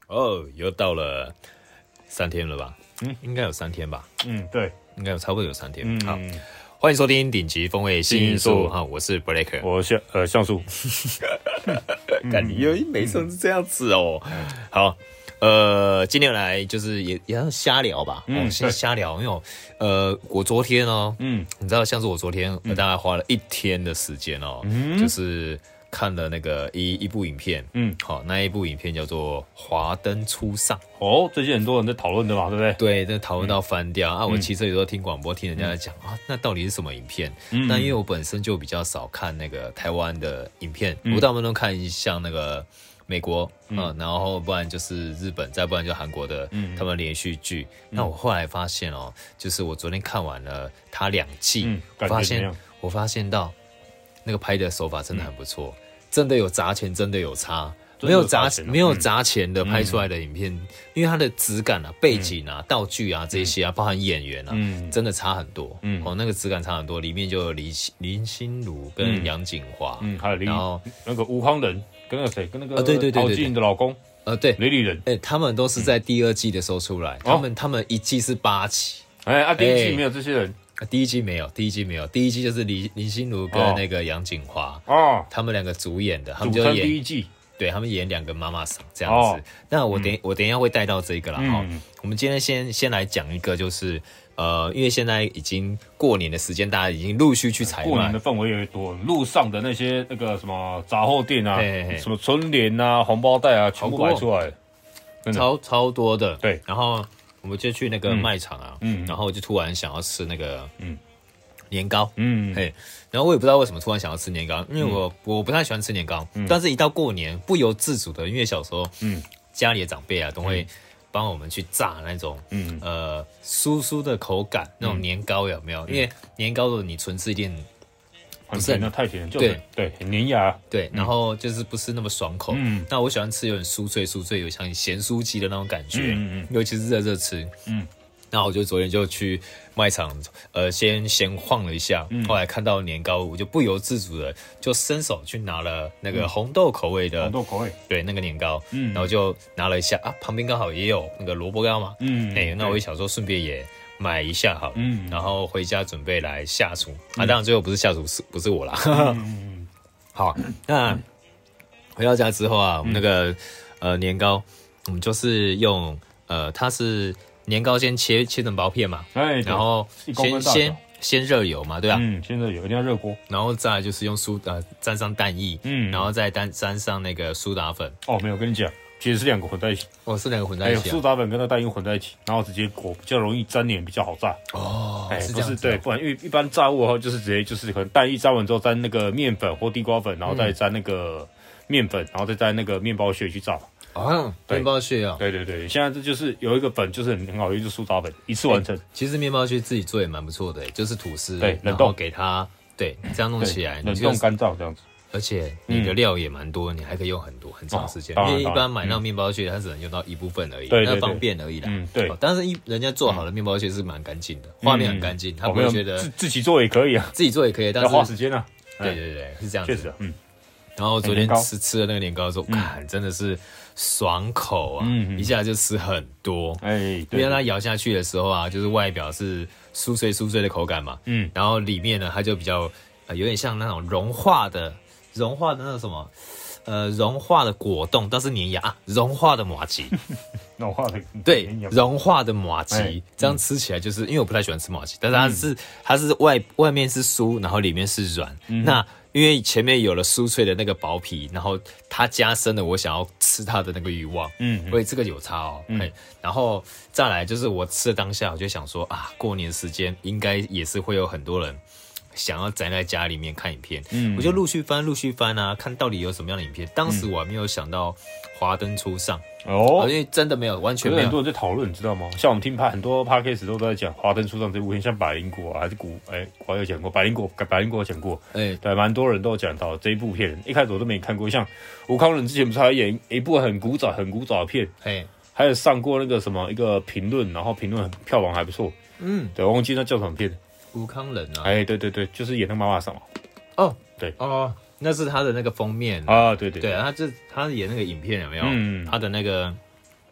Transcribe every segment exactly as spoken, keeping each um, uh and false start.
哦，又到了三天了吧？嗯，应该有三天吧？ 嗯，对， 应该有差不多有三天。 嗯， 好，欢迎收听顶级风味新因素哈，我是 Black， 我像呃像素， 看你又每次是这样子哦。好，呃，今天来就是也也要瞎聊吧，嗯，先瞎聊，因为我呃，我昨天哦，嗯，你知道，像是我昨天我大概花了一天的时间哦，嗯，就是看了那个一一部影片，嗯，好，那一部影片叫做《华灯初上》。 哦，最近很多人在讨论的嘛，对不对？ 对，在讨论到翻掉、嗯、啊！我骑车有时候听广播，听人家在讲、嗯、啊，那到底是什么影片？嗯，那因为我本身就比较少看那个台湾的影片，嗯、我大部分都看像那个美国，嗯，嗯然后不然就是日本，再不然就韩国的、嗯、他们连续剧。嗯、那我后来发现哦，就是我昨天看完了它两季，嗯、我发现我发现到那个拍的手法真的很不错，嗯、真的有砸钱，真的有差。没有砸没有砸钱的拍出来的影片，嗯、因为它的质感啊、背景啊、嗯、道具啊这些啊，包含演员啊，嗯、真的差很多。嗯，哦，那个质感差很多，里面就有林林心如跟杨谨华， 嗯，还有然后那个吴慷仁跟那个谁，跟那个对对对陶晶莹的老公， 呃，对， 雷里人， 哎、欸，他们都是在第二季的时候出来，嗯、他们、哦、他们一季是八集， 哎、欸、啊，第一季没有这些人。 啊、第一季没有，第一季没有，第一季就是林林心如跟那个杨谨华哦，他们两个主演的，他们就演第一季。 对他们演两个妈妈桑这样子，哦、那我等、嗯、我等一下会带到这个啦哈。嗯、我们今天先先来讲一个，就是呃，因为现在已经过年的时间，大家已经陆续去采买， 过年的氛围越多，路上的那些那个什么杂货店啊，嘿嘿嘿什么春联啊、红包袋啊，全部摆出来， 超超多的。 对， 然后我们就去那个卖场啊，嗯，然后我就突然想要吃那个，嗯。年糕，嗯，嘿，然后我也不知道为什么突然想要吃年糕，因为我、嗯、我不太喜欢吃年糕，嗯、但是一到过年不由自主的，因为小时候，嗯，家里的长辈啊都会帮我们去炸那种，嗯，呃，酥酥的口感那种年糕有没有？嗯、因为年糕的你纯吃一定不是很太甜，就对对，很粘牙， 对，然后就是不是那么爽口。嗯，那我喜欢吃有点酥脆酥脆，有像咸酥鸡的那种感觉，嗯嗯，尤其是热热吃，嗯。那我就昨天就去卖场，呃，先先晃了一下，嗯、后来看到年糕，我就不由自主的就伸手去拿了那个红豆口味的， 红豆口味， 对，那个年糕，嗯，然后就拿了一下啊，旁边刚好也有那个萝卜糕嘛，嗯，哎、欸，那我也想说顺便也买一下好了，嗯，然后回家准备来下厨，嗯、啊，当然最后不是下厨，是不是我啦，嗯、好，那回到家之后啊，我们那个、嗯、呃年糕，我们就是用呃，它是。年糕先切切成薄片嘛，哎，然后先先先热油嘛，对吧？ 嗯，先热油，一定要热锅。 然后再来就是用苏呃沾上蛋液，嗯，然后再沾沾上那个苏打粉。 哦，没有，我跟你讲，其实是两个混在一起。 哦，是两个混在一起、啊。 苏打粉跟那蛋液混在一起，然后直接裹，比较容易粘黏，比较好炸。 哦， 哎， 是这样子、哦。 不是对，不然因为一般炸物的话，就是直接就是可能蛋液沾完之后沾那个面粉或地瓜粉，然后再沾那个面粉，然后再沾那个面包屑去炸。 啊，面包屑啊， 对对对，现在这就是有一个粉，就是很好用，就是苏打粉，一次完成。欸、 其实面包屑自己做也蛮不错的，就是吐司， 对，冷冻给它，对，这样弄起来， 冷冻干燥这样子。 而且你的料也蛮多，嗯、你还可以用很多很长时间。哦、因为一般买到面包屑，它只能用到一部分而已， 对、嗯， 那方便而已啦。嗯，对。但是一人家做好的面包屑是蛮干净的，画、嗯、面很干净，他不会觉得自自己做也可以啊， 自己做也可以，但是要花时间啊。 对对对，是这样子。 确实，嗯。 然后昨天吃吃了那个年糕之后，看、嗯、真的是爽口啊，嗯、一下就吃很多。哎，因为它咬下去的时候啊，就是外表是酥脆酥脆的口感嘛，嗯，然后里面呢，它就比较呃有点像那种融化的融化的那种什么呃融化的果冻，但是粘牙啊，融化的麻糬。 融化的对，融化的麻糬，这样吃起来就是因为我不太喜欢吃麻糬，但是它是、嗯、它是外外面是酥，然后里面是软，嗯、那。因为前面有了酥脆的那个薄皮，然后它加深了我想要吃它的那个欲望，嗯，所以这个有差哦，嗯，然后再来就是我吃的当下，我就想说啊，过年时间应该也是会有很多人想要宅在家里面看影片，嗯，我就陆续翻陆续翻啊，看到底有什么样的影片。当时我还没有想到华灯初上。哦，因为真的没有，完全没有。 很多人在讨论，你知道吗？像我们听很多 podcast 都在讲《华灯初上》这部片，像百灵果、啊、还是古哎，我、欸、有讲过百灵果，百灵果有讲过，哎、欸，对，蛮多人都有讲到这一部片。一开始我都没看过，像吴慷仁之前不是还演一部很古早、很古早的片，哎，还有上过那个什么一个评论，然后评论票房还不错，嗯，对，我忘记那叫什么片。 吴慷仁啊， 哎、欸，对对对，就是演那个妈妈桑嘛。 哦， 对， 哦。那是他的那个封面啊，对对对啊，他这他演那个影片有没有？嗯，他的那个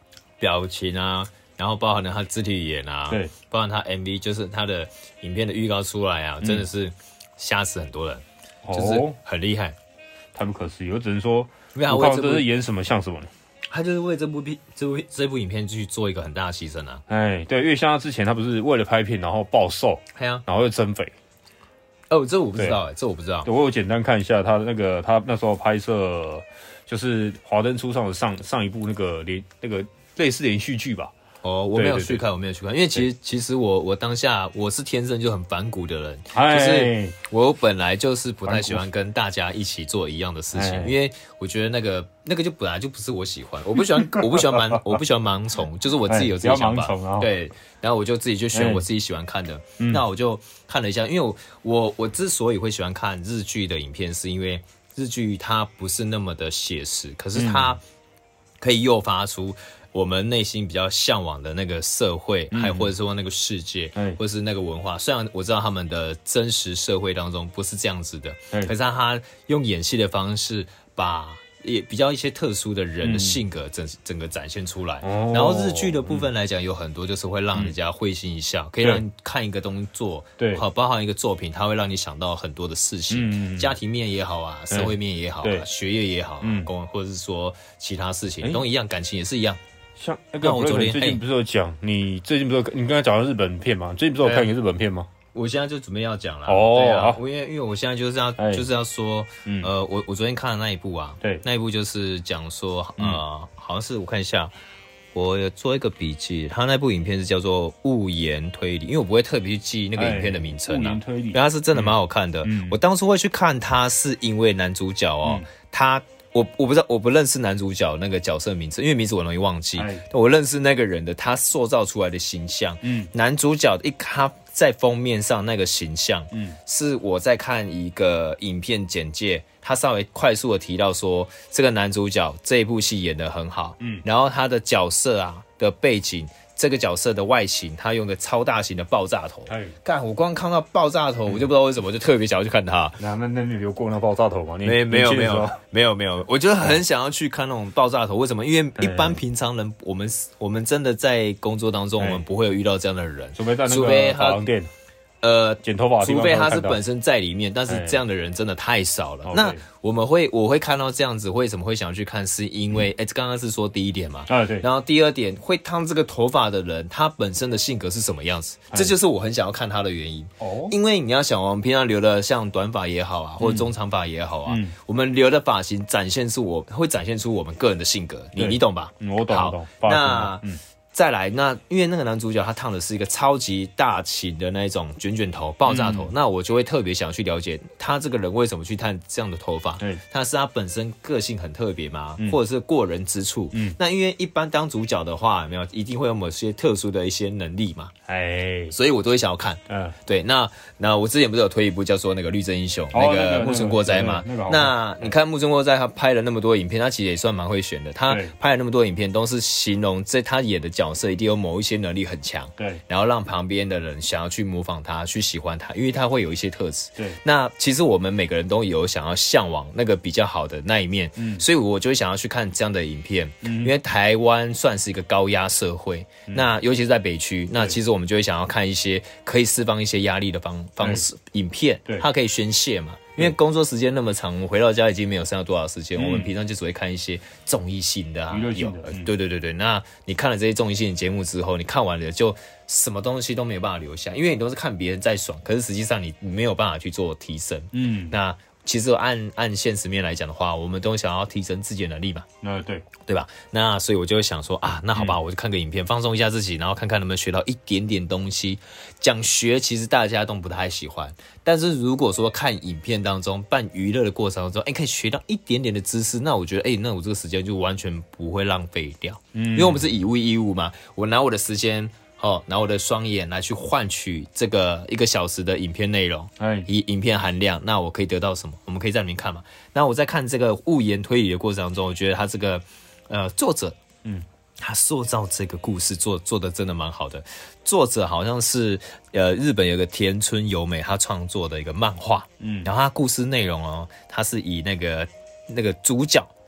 表情啊，然后包含了他肢体语言啊， 对， 包含他 M V， 就是他的影片的预告出来啊，嗯、真的是吓死很多人，哦、就是很厉害， 太不可思议。我只能说，我靠，这是演什么像什么呢？ 他就是为这部片、这部这部影片去做一个很大的牺牲啊！ 哎，对，因为像他之前他不是为了拍片，然后暴瘦， 对啊， 然后又增肥。 哦，这我不知道哎、欸，这我不知道。 我有简单看一下他那个，他那时候拍摄就是《华灯初上》的上上一部那个连那个类似连续剧吧。 哦，我没有去看，我没有去看，因为其实其实我我当下我是天生就很反骨的人，就是我本来就是不太喜欢跟大家一起做一样的事情，因为我觉得那个那个就本来就不是我喜欢，我不喜欢我不喜欢盲我不喜欢盲从，就是我自己有自己想法，对，然后我就自己就选我自己喜欢看的，那我就看了一下，因为我我我之所以会喜欢看日剧的影片，是因为日剧它不是那么的写实，可是它可以诱发出我们内心比较向往的那个社会，还、嗯、或者说那个世界，嗯、或者是那个文化。虽然我知道他们的真实社会当中不是这样子的，嗯、可是他用演戏的方式把也比较一些特殊的人的性格整、嗯、整个展现出来。哦、然后日剧的部分来讲，有很多就是会让人家会心一笑，嗯、可以让你看一个东西做，对，好，包含一个作品，它会让你想到很多的事情，嗯、家庭面也好啊，社会面也好啊，学业也好啊，嗯、或者是说其他事情、欸、都一样，感情也是一样。 像那个，我昨天最近不是有讲，你最近不是有你刚才讲到日本片吗？最近不是有看一个日本片吗？ 我现在就准备要讲了。哦，对啊，因为因为我现在就是要就是要说，嗯、呃，我我昨天看的那一部啊，对，那一部就是讲说，呃，嗯、好像是我看一下，我有做一个笔记，他那部影片是叫做《误言推理》，因为我不会特别去记那个影片的名称啊，误言推理，因为它是真的蛮好看的。嗯、我当初会去看它，是因为男主角哦，嗯、他。我我不知道，我不认识男主角那个角色名字，因为名字我容易忘记。我认识那个人的，他塑造出来的形象。嗯，男主角一他在封面上那个形象，嗯，是我在看一个影片简介，他稍微快速的提到说，这个男主角这一部戏演得很好，嗯，然后他的角色啊的背景。这个角色的外形，他用个超大型的爆炸头。哎，干！我光看到爆炸头，嗯、我就不知道为什么，我就特别想要去看他。 那那那你有过那爆炸头吗？你没没有没有没有没有，我觉得很想要去看那种爆炸头。为什么？因为一般平常人，我们我们真的在工作当中，我们不会有遇到这样的人， 除非在那个发廊店。 呃， 剪头发的地方， 除非他是本身在里面，但是这样的人真的太少了。那我们会，我会看到这样子，为什么会想去看？是因为，哎、嗯，刚刚是说第一点嘛，啊对。然后第二点，会烫这个头发的人，他本身的性格是什么样子？这就是我很想要看他的原因。哦，因为你要想，我们平常留的像短发也好啊，或者中长发也好啊，嗯、我们留的发型展现出我会展现出我们个人的性格，你你懂吧？ 嗯，我懂，我懂。 那嗯。 再来，那因为那个男主角他烫的是一个超级大型的那种卷卷头、爆炸头，嗯、那我就会特别想去了解他这个人为什么去烫这样的头发。对，他是他本身个性很特别吗？嗯、或者是过人之处？嗯，那因为一般当主角的话，有没有一定会有某些特殊的一些能力嘛？哎，所以我都会想要看。嗯，对，那那我之前不是有推一部叫做那个《律政英雄》，哦、那个木村拓哉嘛？那, 那, 那, 那你看木村拓哉他拍了那么多影片，他其实也算蛮会选的。他拍了那么多影片，都是形容这他演的角色一定有某一些能力很强，对，然后让旁边的人想要去模仿他，去喜欢他，因为他会有一些特质。对，那其实我们每个人都有想要向往那个比较好的那一面，嗯，所以我就会想要去看这样的影片，嗯，因为台湾算是一个高压社会，嗯、那尤其是在北区，那其实我们就会想要看一些可以释放一些压力的方方式影片，对，它可以宣泄嘛。因为工作时间那么长，我们回到家已经没有剩下多少时间，嗯、我们平常就只会看一些综艺性的啊， 娱乐性的、嗯。 对对对对，那你看了这些综艺性的节目之后，你看完了就什么东西都没有办法留下，因为你都是看别人在爽，可是实际上你没有办法去做提升。嗯，那其实按按现实面来讲的话，我们都想要提升自己的能力嘛。 呃，对， 对吧？那所以我就会想说啊，那好吧，嗯、我就看个影片放松一下自己，然后看看能不能学到一点点东西。讲学其实大家都不太喜欢，但是如果说看影片当中办娱乐的过程当中，哎，可以学到一点点的知识，那我觉得，哎，那我这个时间就完全不会浪费掉。嗯，因为我们是以物易物嘛，我拿我的时间。哦，拿我的双眼来去换取这个一个小时的影片内容，以影片含量，那我可以得到什么？我们可以在里面看嘛。那我在看这个误言推理的过程当中，我觉得他这个呃作者，嗯，他塑造这个故事做做的真的蛮好的。作者好像是呃日本有个田村由美，他创作的一个漫画，嗯，然后他故事内容哦，他是以那个那个主角。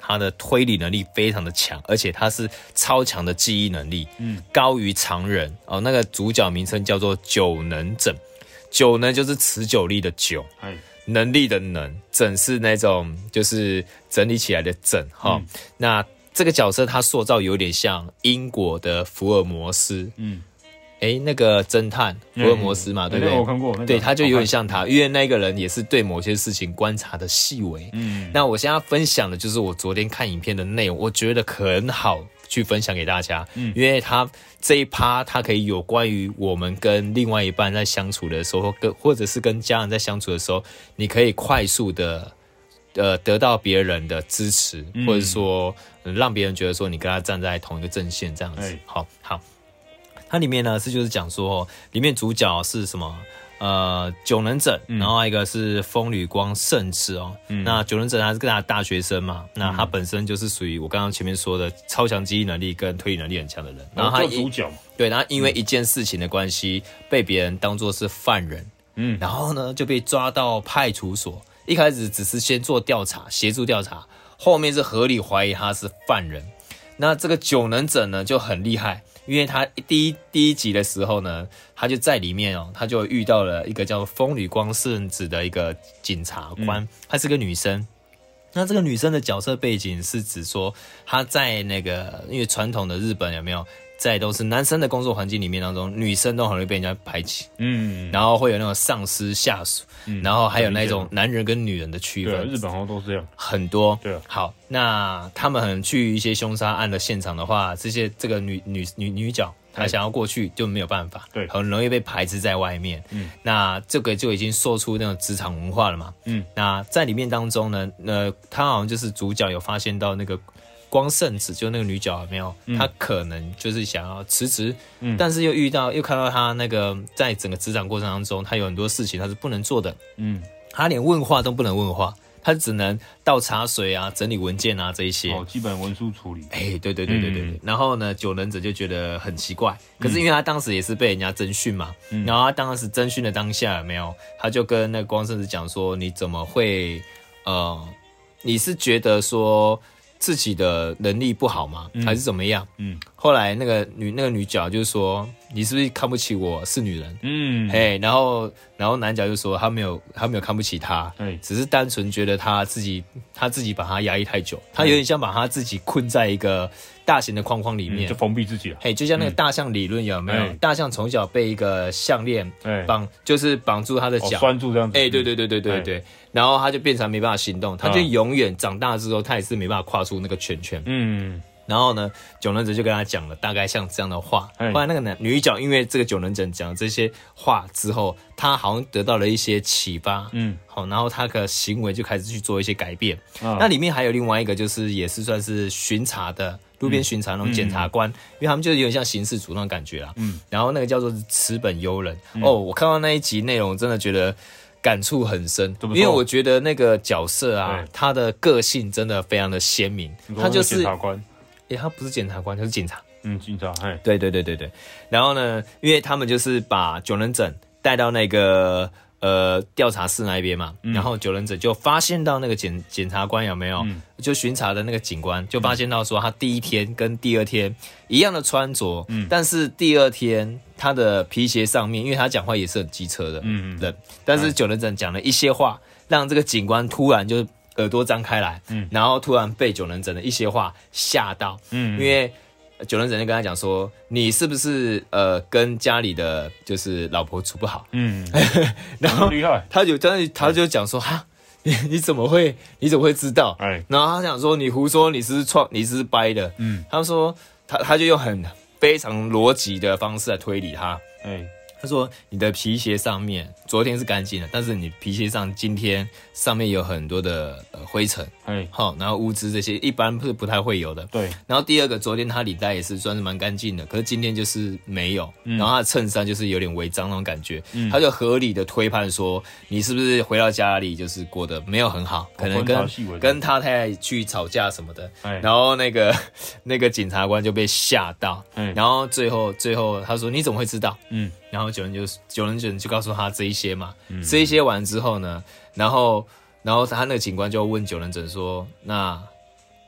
他的推理能力非常的强，而且他是超强的记忆能力，嗯，高于常人哦。那个主角名称叫做久能整，久能就是持久力的久，能力的能，整是那种就是整理起来的整哈、哦嗯。那这个角色他塑造有点像英国的福尔摩斯，嗯。哎，那个侦探福尔摩斯嘛，嗯、对不对？ 我看过，那個、 对，他就有点像他，因为那个人也是对某些事情观察的细微。嗯，那我现在分享的就是我昨天看影片的内容，我觉得很好去分享给大家。嗯，因为他这一趴，他可以有关于我们跟另外一半在相处的时候，跟或者是跟家人在相处的时候，你可以快速的呃得到别人的支持，嗯、或者说、呃、让别人觉得说你跟他站在同一个阵线这样子。欸、好好。它里面呢是就是讲说，里面主角是什么？呃，久能整，嗯、然后一个是风吕光胜之哦。嗯、那久能整他是跟他大学生嘛，嗯、那他本身就是属于我刚刚前面说的超强记忆能力跟推理能力很强的人。然后他主角对，然后因为一件事情的关系，嗯、被别人当作是犯人，嗯，然后呢就被抓到派出所。一开始只是先做调查，协助调查，后面是合理怀疑他是犯人。那这个久能整呢就很厉害。因为他第一第一集的时候呢，他就在里面哦，他就遇到了一个叫风吕光胜子的一个检察官，嗯、她是个女生。那这个女生的角色背景是指说，她在那个因为传统的日本有没有，在都是男生的工作环境里面当中，女生都很容易被人家排挤，嗯，然后会有那种上司下属，嗯、然后还有那种男人跟女人的区分。 对，日本好像都是这样， 很多。 对， 好，那他们可能去一些凶杀案的现场的话，这些这个女女女女角，她想要过去就没有办法，对，很容易被排斥在外面。嗯，那这个就已经说出那种职场文化了嘛。嗯，那在里面当中呢，呃，他好像就是主角有发现到那个。光胜子就那个女角有没有？嗯、她可能就是想要辞职，嗯、但是又遇到又看到她那个在整个职场过程当中，她有很多事情她是不能做的，嗯，她连问话都不能问话，她只能倒茶水啊、整理文件啊这一些， 哦，基本文书处理。 哎、欸，对对对对对。嗯、然后呢，久能者就觉得很奇怪，可是因为他当时也是被人家侦讯嘛，嗯、然后他当时侦讯的当下有没有？他就跟那个光胜子讲说：“你怎么会？呃，你是觉得说？”自己的能力不好吗？嗯、还是怎么样？嗯，后来那个女那个女角就说：“你是不是看不起我是女人？”嗯，嘿，然后然后男角就说他没有他没有看不起她，只是单纯觉得他自己他自己把他压抑太久，他有点像把他自己困在一个大型的框框里面， 嗯、就封闭自己了。 嘿，就像那个大象理论有没有？嗯、大象从小被一个项链绑，就是绑住他的脚， 拴住这样子。 哎，对对对对对对。然后他就变成没办法行动，他就永远长大之后，他也是没办法跨出那个圈圈。嗯，然后呢，久能者就跟他讲了大概像这样的话。后来那个男女角因为这个久能者讲这些话之后，他好像得到了一些启发。嗯，好，然后他的行为就开始去做一些改变。嗯、那里面还有另外一个，就是也是算是巡查的。路边巡查那种检察官，嗯、因为他们就有点像刑事组那种感觉啦。嗯，然后那个叫做池本优人。嗯、哦，我看到那一集内容，真的觉得。感触很深，因为我觉得那个角色啊，他的个性真的非常的鲜明。他就是检察官， 哎，他不是检察官，他是警察。 嗯，警察，嘿， 对对对对对。然后呢，因为他们就是把久能整带到那个呃调查室那边嘛，嗯、然后久能整就发现到那个检检察官有没有，嗯、就巡查的那个警官就发现到说，他第一天跟第二天一样的穿着，嗯、但是第二天。他的皮鞋上面，因为他讲话也是很机车的，嗯嗯，但是久能整讲了一些话，让这个警官突然就耳朵张开来，嗯，然后突然被久能整的一些话吓到，嗯，因为久能整就跟他讲说，你是不是呃跟家里的就是老婆处不好，嗯，然后他就他就他就讲说哈。你你怎么会你怎么会知道？哎，然后他讲说你胡说，你是创你是掰的，嗯，他说他他就用很。非常逻辑的方式来推理他。哎，他说你的皮鞋上面昨天是干净的，但是你皮鞋上今天上面有很多的、呃、灰尘，哎，好，然后污渍这些一般是不太会有的。对。然后第二个，昨天他领带也是算是蛮干净的，可是今天就是没有。嗯、然后他的衬衫就是有点违章那种感觉，嗯、他就合理的推判说，你是不是回到家里就是过得没有很好，可能跟跟他太太去吵架什么的。然后那个那个检察官就被吓到，然后最后最后他说你怎么会知道？嗯。然后九人就九人九人就告诉他这一些嘛，嗯、这一些完之后呢，然后然后他那个警官就问九人整说，那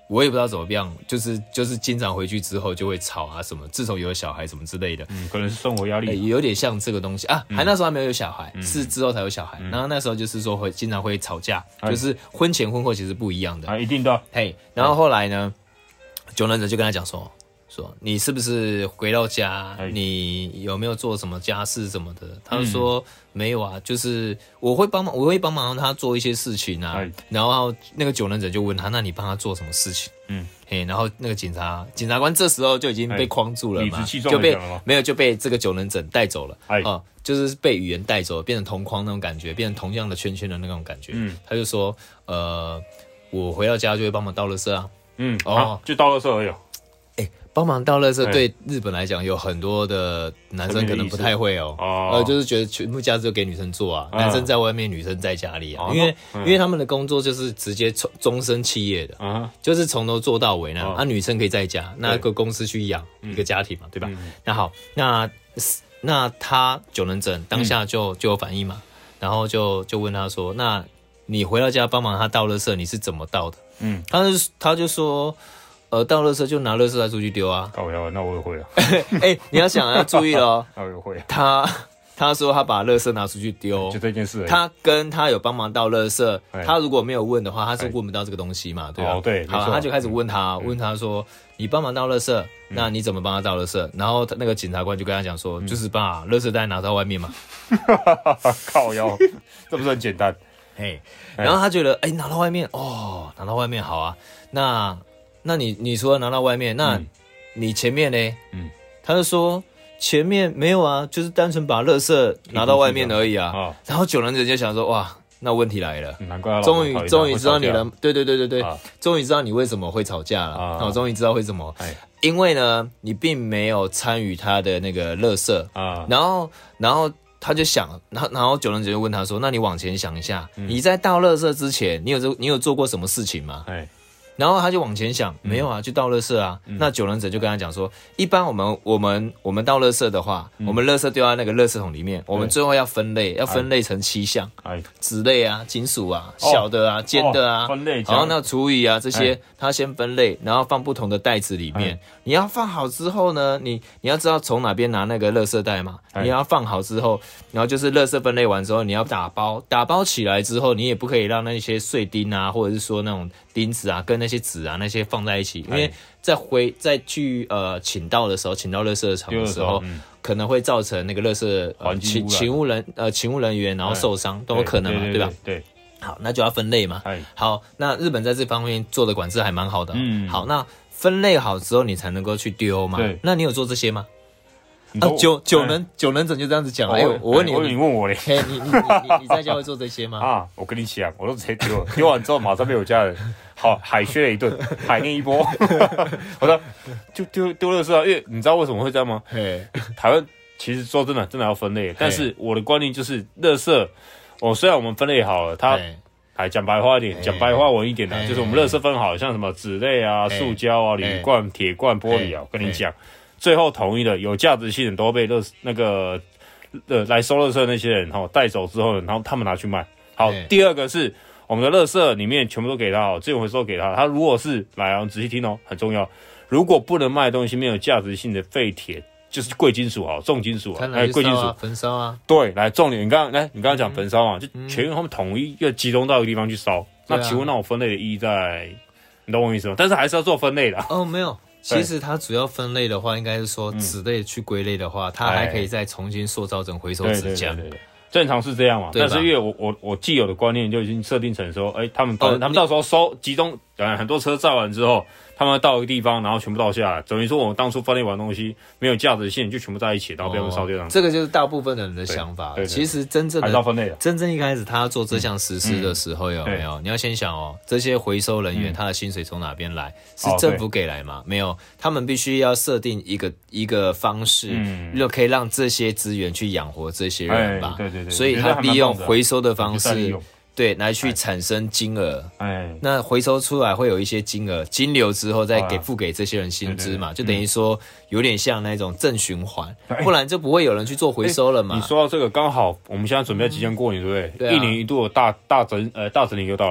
我也不知道怎么样，就是就是经常回去之后就会吵啊什么，自从有小孩什么之类的， 嗯，可能是生活压力、 欸，有点像这个东西啊。还那时候还没有小孩，嗯、是之后才有小孩。嗯、然后那时候就是说会经常会吵架，嗯、就是婚前婚后其实不一样的啊，一定的。 嘿，然后后来呢，九能者就跟他讲说。说你是不是回到家，你有没有做什么家事什么的？他就说、嗯、没有啊，就是我会帮忙，我会帮忙他做一些事情啊。然后那个九能者就问他，那你帮他做什么事情？嗯，嘿，然后那个警察检察官这时候就已经被框住了嘛，就被没有就被这个九能者带走了啊、哦，就是被语言带走了，变成同框那种感觉，变成同样的圈圈的那种感觉。嗯，他就说呃，我回到家就会帮忙倒垃圾啊。 嗯，哦，啊、就倒垃圾而已。 帮忙倒垃圾对日本来讲，有很多的男生可能不太会哦，呃，就是觉得全部家事都给女生做啊，男生在外面，女生在家里啊，因为因为他们的工作就是直接从终身企业的，就是从头做到尾呢。啊，女生可以在家，那个公司去养一个家庭嘛，对吧？那好，那那他九能者当下就就有反应嘛，然后就就问他说，那你回到家帮忙他倒垃圾，你是怎么倒的？嗯，他就他就说。呃，倒垃圾就拿垃圾袋出去丢啊！ 搞笑，那我也会啊。 哎、欸，你要想要注意哦。 那我也会、啊。 他他说他把垃圾拿出去丢， 就这件事而已。 他跟他有帮忙倒垃圾，他如果没有问的话，他是问不到这个东西嘛，对吧？ 哦，对。 好，他就开始问他，嗯、问他说：“你帮忙倒垃圾，嗯、那你怎么帮他倒垃圾？”然后那个检察官就跟他讲说：“嗯、就是把垃圾袋拿到外面嘛。” 靠腰，这不是很简单？ 嘿，然后他觉得，哎、欸，拿到外面哦，拿到外面好啊，那。那你你除了拿到外面，那你前面呢？嗯，他就说前面没有啊，就是单纯把垃圾拿到外面而已啊。哦、然后九能者就想说，哇，那问题来了， 难怪终于终于知道你了，对对对对对，终于、啊、知道你为什么会吵架了。啊，我终于知道为什么，因为呢，你并没有参与他的那个垃圾啊，然后然后。他就想，然后然后九能者就问他说：“那你往前想一下，嗯、你在倒垃圾之前，你有做你有做过什么事情吗？”然后他就往前想，没有啊，就倒垃圾啊。嗯、那九能者就跟他讲说，一般我们我们我们倒垃圾的话，嗯、我们垃圾丢在那个垃圾桶里面，我们最后要分类，要分类成七项，纸类啊、金属啊、哦、小的啊、尖的啊， 哦、分类。 然后那厨余啊这些，他先分类，然后放不同的袋子里面。你要放好之后呢，你你要知道从哪边拿那个垃圾袋嘛。你要放好之后，然后就是垃圾分类完之后，你要打包，打包起来之后，你也不可以让那些碎钉啊，或者是说那种钉子啊，跟那些纸啊那些放在一起，因为在回再去呃请到的时候，请到垃圾场的时候，嗯、可能会造成那个垃圾呃勤勤务人呃勤务人员然后受伤都有可能嘛， 对, 对, 对, 对吧？对。好，那就要分类嘛。好，那日本在这方面做的管制还蛮好的。嗯。好，那分类好之后，你才能够去丢嘛。对。那你有做这些吗？啊，九九能九能者就这样子讲。哎，我问你， 你问我嘞？ 嘿，你你你你在家会做这些吗？ 啊，我跟你讲，我都直接丢了，丢完之后马上被我家人好海削了一顿，海念一波。我说就丢丢垃圾啊，因为你知道为什么会这样吗？台湾其实说真的，真的要分类，但是我的观念就是垃圾，哦，虽然我们分类好了，它还讲白话一点，讲白话文一点的，就是我们垃圾分好，像什么纸类啊、塑胶啊、铝罐、铁罐、玻璃啊，我跟你讲。最后统一的有价值性的都被垃那个呃来收垃圾的那些人哈带走之后，然后他们拿去卖。好，第二个是我们的垃圾里面全部都给他，资源回收给他。他如果是来啊，仔细听哦，很重要。如果不能卖的东西，没有价值性的废铁，就是贵金属啊、重金属啊， 哎， 贵金属焚烧啊。 对，来重点，你刚刚来，你刚刚讲焚烧啊，就全员他们统一要集中到一个地方去烧。那请问那我分类的意义在？你懂我意思吗？但是还是要做分类的。 哦，没有。其实它主要分类的话，应该是说纸类去归类的话，它还可以再重新塑造成回收纸浆。 正常是这样嘛？但是因为我我我既有的观念就已经设定成说，哎、欸，他们到、哦、他们到时候收集中，呃，很多车造完之后，他们到一个地方，然后全部倒下来，等于说我们当初分类完的东西没有价值性，就全部在一起，然后被他们烧掉、哦。 这个就是大部分人的想法。对对对其实真正的还是要分类的， 真正一开始他要做这项实施的时候，有没有？嗯、你要先想哦，这些回收人员、嗯、他的薪水从哪边来？是政府给来吗？没有，他们必须要设定一个一个方式，嗯，就可以让这些资源去养活这些人吧。对对对，所以他利用回收的方式。对，来去产生金额，哎，那回收出来会有一些金额，金流之后再给付给这些人薪资嘛，就等于说有点像那种正循环，不然就不会有人去做回收了嘛。 你说到这个，刚好我们现在准备即将过年，对不对？对、啊，一年一度的大大整呃大整理又到了。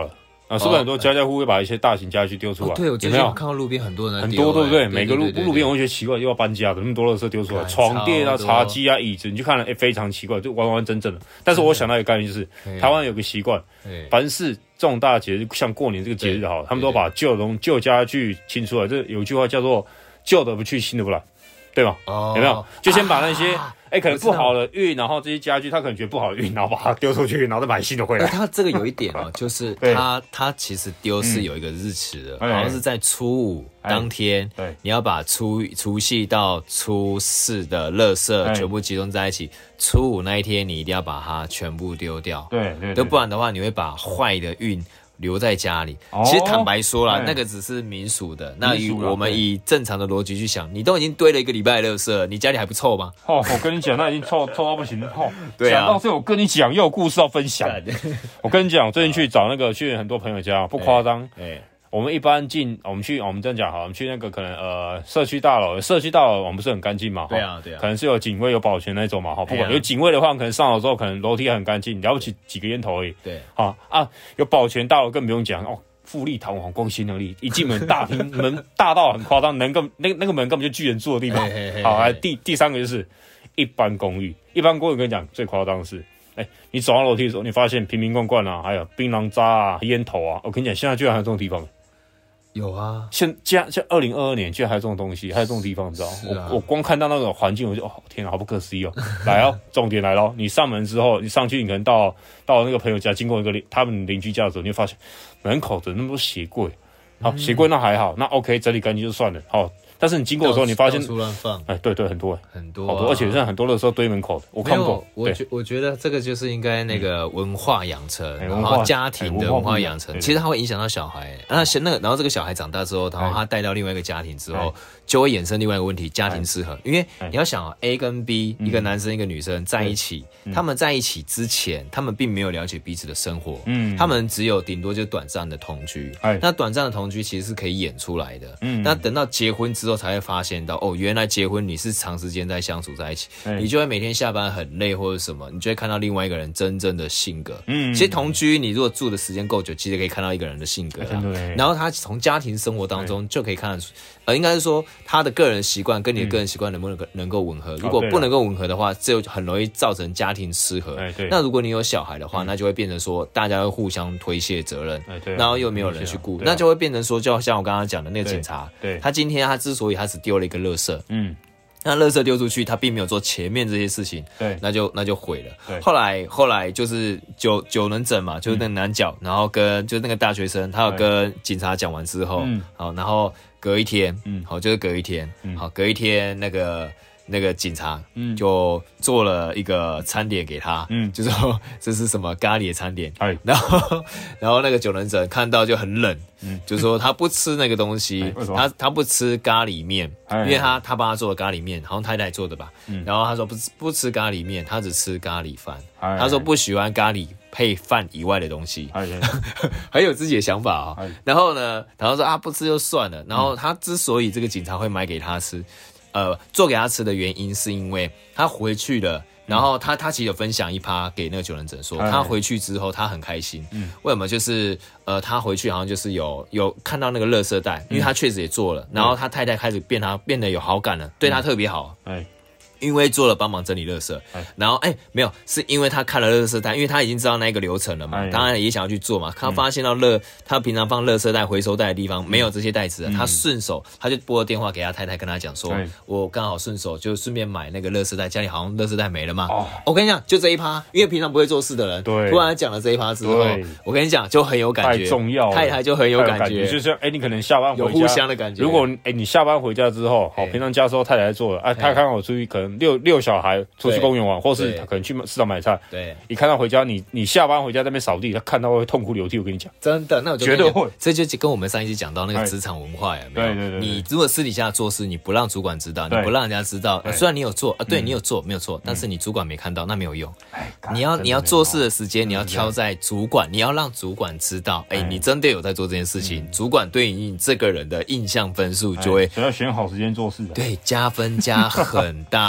啊，是不是很多家家户户会把一些大型家具丢出来？ 哦、对，我最近看到路边很多人很多，对不对？ 对每个路对对对路边我会觉得奇怪，又要搬家的，那么多垃圾丢出来，床垫啊、茶几啊、椅子，你就看了，哎、欸，非常奇怪，就完完整整的。但是我想到一个概念，就是台湾有个习惯，凡是重大节日，像过年这个节日好，他们都把旧东旧家具清出来。这有一句话叫做“旧的不去，新的不来”，对吗？哦、有没有？就先把那些。啊哎、欸，可能不好的运，然后这些家具他可能觉得不好的运，然后把它丢出去，然后再买新的回来。 他这个有一点哦，就是他他其实丢是有一个日期的，嗯、好像是在初五当天，对，你要把初除夕到初四的垃圾全部集中在一起，初五那一天你一定要把它全部丢掉， 对对， 都不然的话你会把坏的运留在家里，哦、其实坦白说啦，那个只是民俗的。那以我们以正常的逻辑去想，你都已经堆了一个礼拜的垃圾，你家里还不臭吗？ 哦，我跟你讲，那已经臭臭到不行了。哦， 对啊。 讲到这，我跟你讲，又有故事要分享。我跟你讲，最近去找那个去很多朋友家，不夸张。哎、欸。欸我们一般进，我们去，我们这样讲好，我们去那个可能呃社区大楼，社区大楼我们不是很干净嘛？ 对啊，对啊， 可能是有警卫有保全那种嘛，哈，不管有警卫的话，可能上楼之后可能楼梯很干净，了不起几个烟头而已。 对， 好啊，有保全大楼更不用讲哦，富丽堂皇、光鲜亮丽，一进门大厅门大到很夸张，能根那那个门根本就巨人住的地方。嘿嘿嘿好，来第第三个就是一般公寓，一般公寓我跟你讲最夸张的是。哎、欸，你走上楼梯的时候，你发现瓶瓶罐罐啊，还有槟榔渣啊、烟头啊，我跟你讲，现在居然还有这种地方。 有啊， 现现现二零二二年居然还有这种东西，还有这种地方，你知道吗？啊、我我光看到那种环境，我就哦天啊，好不可思议哦！来哦，重点来咯，你上门之后，你上去，你可能到到那个朋友家，经过一个他们邻居家的时候，你会发现门口的那么多鞋柜，好，鞋柜那还好，那 OK 整理干净就算了，好。但是你经过的时候，你发现到处乱放， 哎，对对，很多很多、啊， 好多，而且现在很多的时候堆门口的，我看过。 我觉我觉得这个就是应该那个文化养成，嗯、然后家庭的文化养成，欸、其实它会影响到小孩。那那个，然后这个小孩长大之后，然后他带到另外一个家庭之后，就会衍生另外一个问题：家庭失和。因为你要想、哦、，A 跟 B、嗯、一个男生一个女生在一起，嗯、他们在一起之前，他们并没有了解彼此的生活，嗯，他们只有顶多就是短暂的同居。那短暂的同居其实是可以演出来的，嗯，那等到结婚之后才会发现。哦，原来结婚你是长时间在相处在一起，你就会每天下班很累或者什么，你就会看到另外一个人真正的性格。嗯，其实同居你如果住的时间够久，其实可以看到一个人的性格啦。然后他从家庭生活当中就可以看得出，呃，应该是说他的个人习惯跟你的个人习惯能不能能够吻合。如果不能够吻合的话，这就很容易造成家庭失和。那如果你有小孩的话，那就会变成说大家会互相推卸责任，然后又没有人去顾，那就会变成说，就像我刚刚讲的那个警察，他今天他之所以他只丢了一个垃圾，嗯，那垃圾丢出去，他并没有做前面这些事情，对，那就那就毁了。后来后来就是九九能整嘛，就是那个男角，嗯、然后跟就是那个大学生，他有跟警察讲完之后，嗯，好，然后隔一天，嗯，好，就是隔一天，嗯，好，隔一天那个。那个警察就做了一个餐点给他，嗯，就说这是什么咖喱的餐点，哎，然后然后那个九能者看到就很冷，嗯，就说他不吃那个东西，他他不吃咖喱面，因为他他帮他做的咖喱面，好像太太做的吧，嗯，然后他说不不吃咖喱面，他只吃咖喱饭，他说不喜欢咖喱配饭以外的东西，很有自己的想法啊、哦。然后呢，然后说啊不吃就算了，然后他之所以这个警察会买给他吃。呃，做给他吃的原因是因为他回去了，然后他他其实有分享一趴给那个九人者说，他回去之后他很开心，嗯，为什么？就是呃，他回去好像就是有有看到那个垃圾袋，因为他确实也做了，然后他太太开始变他变得有好感了，对他特别好，哎。因为做了帮忙整理垃圾，然后哎、欸、没有，是因为他看了垃圾袋，因为他已经知道那个流程了嘛，当然也想要去做嘛。他发现到垃，他平常放垃圾袋、回收袋的地方没有这些袋子了，他顺手他就拨了电话给他太太，跟他讲说，我刚好顺手就顺便买那个垃圾袋，家里好像垃圾袋没了嘛。我跟你讲，就这一趴，因为平常不会做事的人，对，突然讲了这一趴之后，我跟你讲就很有感觉， 太重要了， 太太就很有感觉， 就是哎、欸，你可能下班回家有互相的感觉。 如果哎、欸、你下班回家之后，好，平常家时候太太在做了，啊，他看到我出去可能遛遛小孩。出去公园玩，或是他可能去市场买菜。对，一看到回家，你你下班回家在那边扫地，他看到会痛哭流涕。我跟你讲， 真的，那我就绝对会。 这就跟我们上一期讲到那个职场文化呀，没有？对对 对, 对。你如果私底下做事，你不让主管知道，你不让人家知道，虽然你有做啊，对你有做没有错，但是你主管没看到，那没有用。你要你要做事的时间，你要挑在主管，你要让主管知道，哎，你真的有在做这件事情，主管对你这个人的印象分数就会。 只要选好时间做事。 对，加分加很大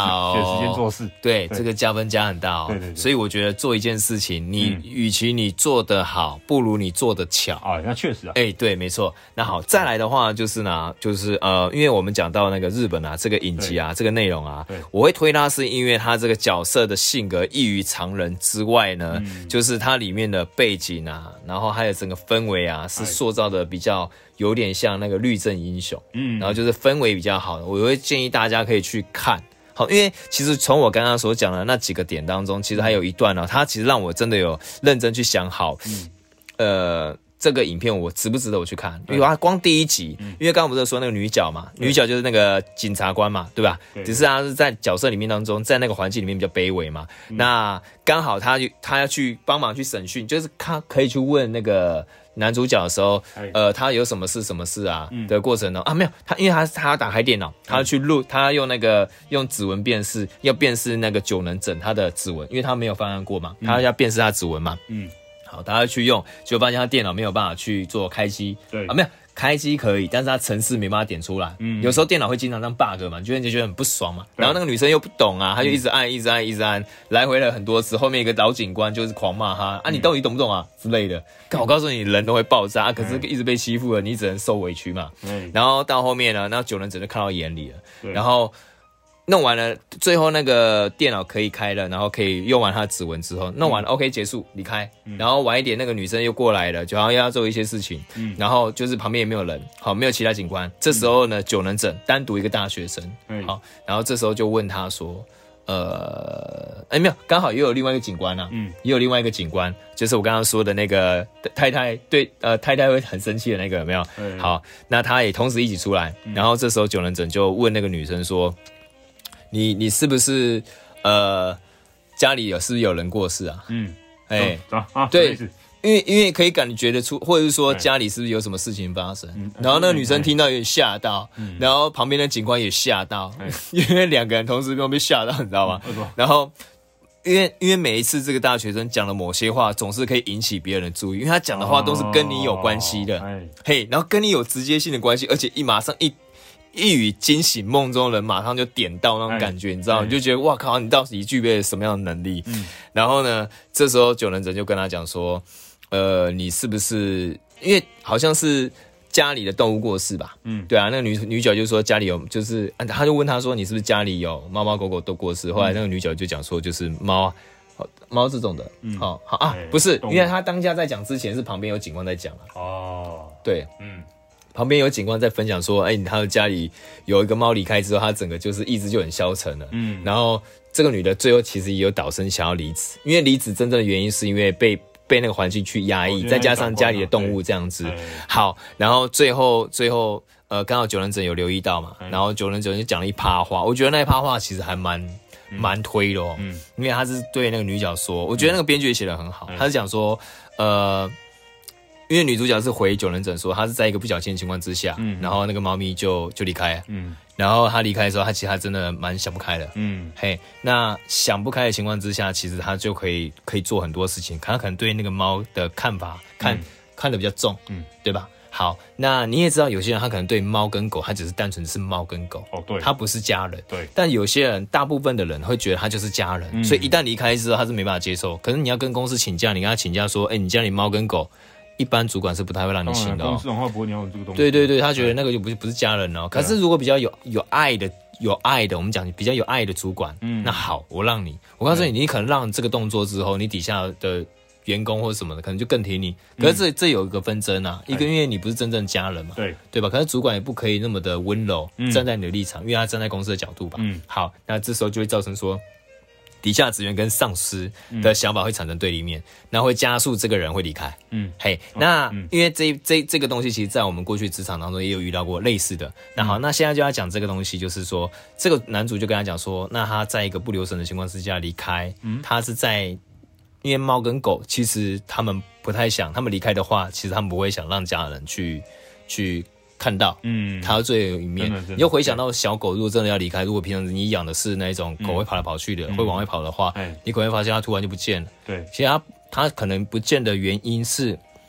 哦， 选时间做事， 对，这个加分加很大哦。 对对对， 所以我觉得做一件事情，你与其你做得好，不如你做得巧啊。那确实啊， 哎、欸，对，没错。那好，再来的话就是呢，就是呃，因为我们讲到那个日本啊，这个影集啊，这个内容啊，我会推它是因为它这个角色的性格异于常人之外呢，嗯、就是它里面的背景啊，然后还有整个氛围啊，是塑造的比较有点像那个律政英雄，嗯，然后就是氛围比较好的，我会建议大家可以去看。好，因为其实从我刚刚所讲的那几个点当中，其实还有一段呢、哦，它其实让我真的有认真去想好，嗯、呃。这个影片我值不值得我去看？因为它光第一集，嗯、因为刚刚不是说那个女角嘛，女角就是那个警察官嘛，对吧？对，只是她是在角色里面当中，在那个环境里面比较卑微嘛。嗯、那刚好她她要去帮忙去审讯，就是她可以去问那个男主角的时候，呃，他有什么事什么事啊、嗯、的过程呢？啊，没有，他因为他他要打开电脑，他要去录，他要用那个用指纹辨识，要辨识那个九能整他的指纹，因为他没有犯案过嘛，他要辨识他指纹嘛。嗯。好，他要去用，就发现他电脑没有办法去做开机，对啊，没有开机可以，但是他程式没办法点出来。嗯，有时候电脑会经常让 bug 嘛，就就觉得很不爽嘛。然后那个女生又不懂啊，她就一直按，一直按，一直按，来回了很多次。后面一个老警官就是狂骂他啊，你到底懂不懂啊之类的。我告诉你，人都会爆炸啊，可是一直被欺负了，你只能受委屈嘛。嗯，然后到后面呢，那九人整就看到眼里了，然后。弄完了，最后那个电脑可以开了，然后可以用完他的指纹之后，弄完了、嗯、OK 结束离开、嗯。然后晚一点那个女生又过来了，就好像要做一些事情，嗯、然后就是旁边也没有人，好没有其他警官。这时候呢，九能整单独一个大学生，嗯、好，然后这时候就问他说，呃，哎没有，刚好也有另外一个警官啊，嗯，也有另外一个警官，就是我刚刚说的那个太太，对，呃，太太会很生气的那个有没有？嗯、好，那他也同时一起出来，然后这时候九能整就问那个女生说。你你是不是呃家里有是不是有人过世啊？嗯，哎、欸啊，对，因为因为可以感觉得出，或者是说家里是不是有什么事情发生？嗯、然后那个女生听到有点吓到、嗯，然后旁边的警官也吓到，嗯、因为两个人同时都被吓到，你知道吗？嗯、然后因为因为每一次这个大学生讲的某些话，总是可以引起别人的注意，因为他讲的话都是跟你有关系的，哦、嘿，然后跟你有直接性的关系，而且一马上一。一语惊醒梦中人，马上就点到那种感觉，你知道，你就觉得哇靠，你到底具备了什么样的能力？嗯，然后呢，这时候九能整就跟他讲说，呃，你是不是因为好像是家里的动物过世吧？嗯，对啊，那个女女角就说家里有，就是他就问他说，你是不是家里有猫猫狗狗都过世？后来那个女角就讲说，就是猫。猫这种的，嗯，好好啊，不是，因为他当下在讲之前是旁边有警官在讲啊。哦，对，嗯。旁边有警官在分享说，哎、欸，他的家里有一个猫离开之后，他整个就是意志就很消沉了。嗯，然后这个女的最后其实也有导生想要离职，因为离职真正的原因是因为被被那个环境去压抑，再加上家里的动物这样子。好，然后最后最后呃，刚好九能整有留意到嘛，然后九能整就讲了一趴话，我觉得那一趴话其实还蛮蛮推的哦，嗯，因为他是对那个女角说，我觉得那个编剧也写得很好，嗯、他是讲说，呃。因为女主角是回九能整说，她是在一个不小心的情况之下，嗯，然后那个猫咪就就离开了，嗯，然后她离开的时候，她其实她真的蛮想不开的，嗯，嘿，那想不开的情况之下，其实她就可以可以做很多事情，她可能对那个猫的看法看、嗯、看得比较重，嗯，对吧？好，那你也知道，有些人他可能对猫跟狗，他只是单纯是猫跟狗，哦，对，他不是家人，对。但有些人，大部分的人会觉得他就是家人，嗯、所以一旦离开之后，他是没办法接受。可是你要跟公司请假，你跟他请假说，哎、欸，你家里猫跟狗。一般主管是不太会让你请的、哦，公司的话不会鸟你这个东西。对对对，他觉得那个就不是不是家人哦。可是如果比较有有爱的有爱的，我们讲比较有爱的主管，嗯，那好，我让你，我告诉你，你可能让这个动作之后，你底下的员工或什么的，可能就更挺你。可是这、嗯、这有一个纷争啊，一个因为你不是真正家人嘛，对对吧？可是主管也不可以那么的温柔，嗯、站在你的立场，因为他站在公司的角度吧。嗯，好，那这时候就会造成说。底下职员跟上司的想法会产生对立面，那、嗯、会加速这个人会离开。嗯，嘿，那、哦嗯、因为这这这个东西，其实在我们过去职场当中也有遇到过类似的。那好，嗯、那现在就要讲这个东西，就是说，这个男主就跟他讲说，那他在一个不留神的情况之下离开，嗯、他是在因为猫跟狗，其实他们不太想，他们离开的话，其实他们不会想让家人去去。看到，嗯，它最有一面，你又回想到小狗，如果真的要离开，如果平常你养的是那种狗会跑来跑去的，嗯、会往外跑的话，嗯、你可能会发现它突然就不见了。对，其实它它可能不见的原因是，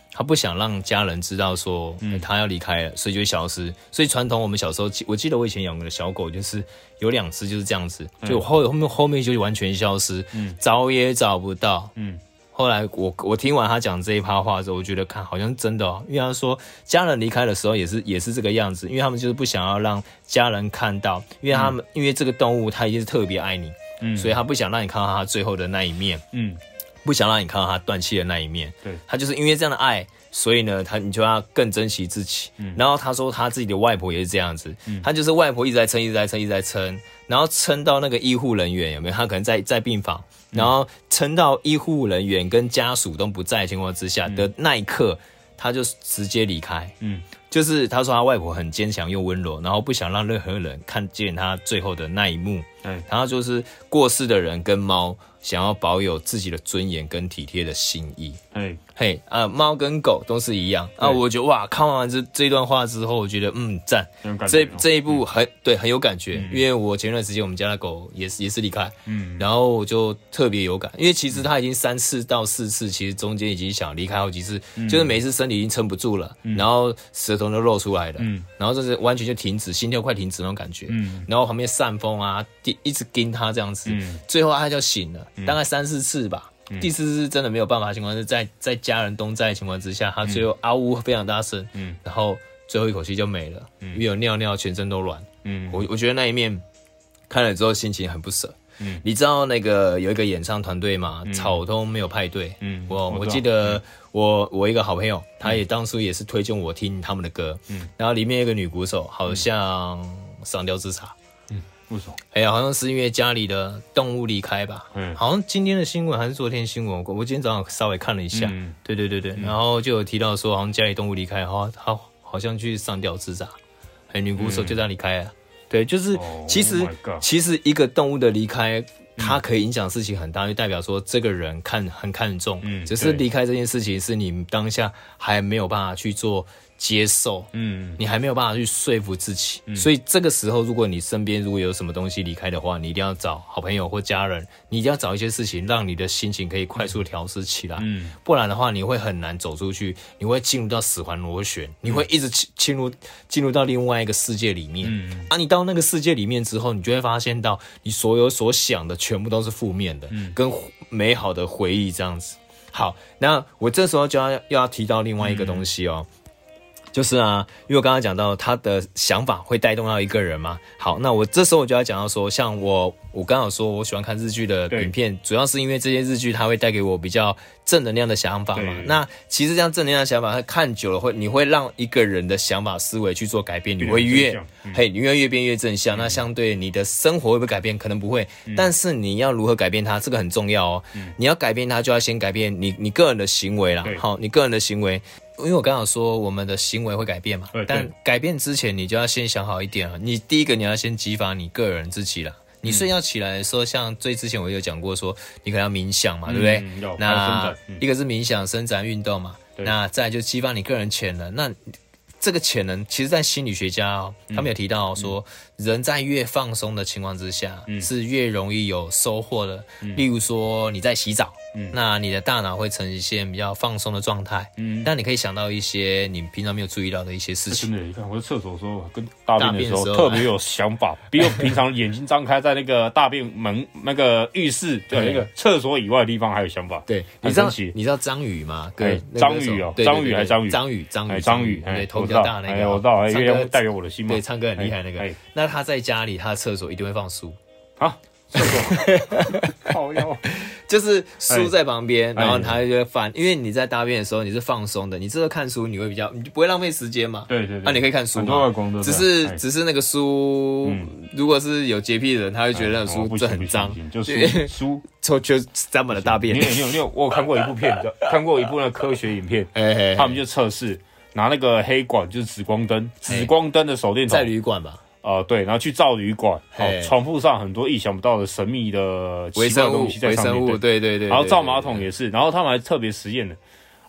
他不想让家人知道说、嗯欸、他要离开了，所以就会消失。所以传统我们小时候，我记得我以前养的小狗就是有两只就是这样子，就后后面后面就完全消失，嗯，找也找不到，嗯。后来我我听完他讲这一趴话之后，我觉得看好像真的哦，因为他说家人离开的时候也是也是这个样子，因为他们就是不想要让家人看到，因为他们、嗯、因为这个动物它一定是特别爱你，嗯，所以他不想让你看到他最后的那一面，嗯，不想让你看到他断气的那一面，对，他就是因为这样的爱，所以呢，他你就要更珍惜自己。嗯、然后他说他自己的外婆也是这样子，嗯、他就是外婆一直在撑，一直在撑，一直在撑，然后撑到那个医护人员有没有？他可能在在病房。然后撑到医护人员跟家属都不在的情况之下的那一刻，他就直接离开。嗯，就是他说他外婆很坚强又温柔，然后不想让任何人看见他最后的那一幕。嗯，然后就是过世的人跟猫想要保有自己的尊严跟体贴的心意。哎，嘿啊，猫跟狗都是一样啊。我觉得哇，看完这这一段话之后，我觉得嗯赞，这这一部很、嗯、对很有感觉、嗯，因为我前段时间我们家的狗也是也是离开，嗯，然后我就特别有感，因为其实它已经三次到四次，其实中间已经想离开好几次，嗯、就是每一次身体已经撑不住了，嗯、然后舌头都露出来了，嗯，然后就是完全就停止，心跳快停止那种感觉，嗯，然后旁边扇风啊。一直盯他这样子、嗯，最后他就醒了，嗯、大概三四次吧。嗯、第四次真的没有办法的情况是在在家人都在的情况之下，他最后嗷呜非常大声，嗯，然后最后一口气就没了，嗯，因为有尿尿，全身都软，嗯，我我觉得那一面看了之后心情很不舍。嗯，你知道那个有一个演唱团队嘛？嗯、草东没有派对。嗯，我我记得我我一个好朋友，他也当初也是推荐我听他们的歌。嗯，然后里面有一个女鼓手，好像上吊自杀。 为什么？ 哎呀，好像是因为家里的动物离开吧。嗯，好像今天的新闻还是昨天新闻，我今天早上稍微看了一下。嗯，对对对对，嗯、然后就有提到说，好像家里动物离开，然后他好像去上吊自杀，哎，女鼓手就这样离开了。嗯、对，就是其实、oh、其实一个动物的离开，它可以影响事情很大，就代表说这个人看很看重，嗯，只是离开这件事情是你当下还没有办法去做。接受，嗯，你还没有办法去说服自己，嗯，所以这个时候，如果你身边如果有什么东西离开的话，你一定要找好朋友或家人，你一定要找一些事情，让你的心情可以快速调试起来，嗯，不然的话，你会很难走出去，你会进入到死环螺旋，嗯，你会一直进入进入到另外一个世界里面，嗯，啊，你到那个世界里面之后，你就会发现到你所有所想的全部都是负面的，嗯，跟美好的回忆这样子。好，那我这时候就要要提到另外一个东西哦。嗯就是啊，因为我刚刚讲到他的想法会带动到一个人嘛。好，那我这时候我就要讲到说，像我，我刚好说我喜欢看日剧的影片，主要是因为这些日剧它会带给我比较正能量的想法嘛。那其实这样正能量的想法，它看久了会，你会让一个人的想法思维去做改变，你会越，嗯、嘿，你越越变越正向。嗯、那相对你的生活会不会改变？可能不会，嗯、但是你要如何改变它，这个很重要哦。嗯、你要改变它，就要先改变你你个人的行为啦。好，你个人的行为。因为我刚刚说我们的行为会改变嘛，但改变之前你就要先想好一点啊。你第一个你要先激发你个人自己啦。你睡觉起来的时候，像最之前我有讲过说，你可能要冥想嘛，对不对？嗯、那、嗯、一个是冥想、伸展、运动嘛，那再来就激发你个人潜能。那这个潜能，其实在心理学家哦，他们有提到说，嗯、人在越放松的情况之下，嗯、是越容易有收获的。嗯、例如说你在洗澡。嗯，那你的大脑会呈现比较放松的状态，嗯，但你可以想到一些你平常没有注意到的一些事情。 真的，你看我在厕所的时候跟大便的时候特别有想法，比我平常眼睛张开在那个大便门那个浴室的那个厕所以外的地方还有想法。 对，你知道你知道张宇吗？对， 张宇哦，张宇还是张宇？ 张宇，张宇， 张宇， 对，头比较大那个， 我知道，因为代表我的心嘛。 对，唱歌很厉害那个。那他在家里，他的厕所一定会放书啊。好腰， 就是书在旁边，然后他就会翻，因为你在大便的时候你是放松的，你这个看书你会比较，你就不会浪费时间嘛。 对对对， 那、啊、你可以看书嘛，只是只是那个书、嗯，如果是有洁癖的人，他会觉得那个书这很脏， 就是书就就沾满了大便。 你有你有你有，我有看过一部片，看过一部那个科学影片，嘿嘿嘿他们就测试拿那个黑管，就是紫光灯，紫光灯的手电筒， 在旅馆吧。 呃，对，然后去照旅馆，好，床铺上很多意想不到的神秘的奇怪的东西在上面， 微生物，对对对， 然后照马桶也是，然后他们还特别实验的，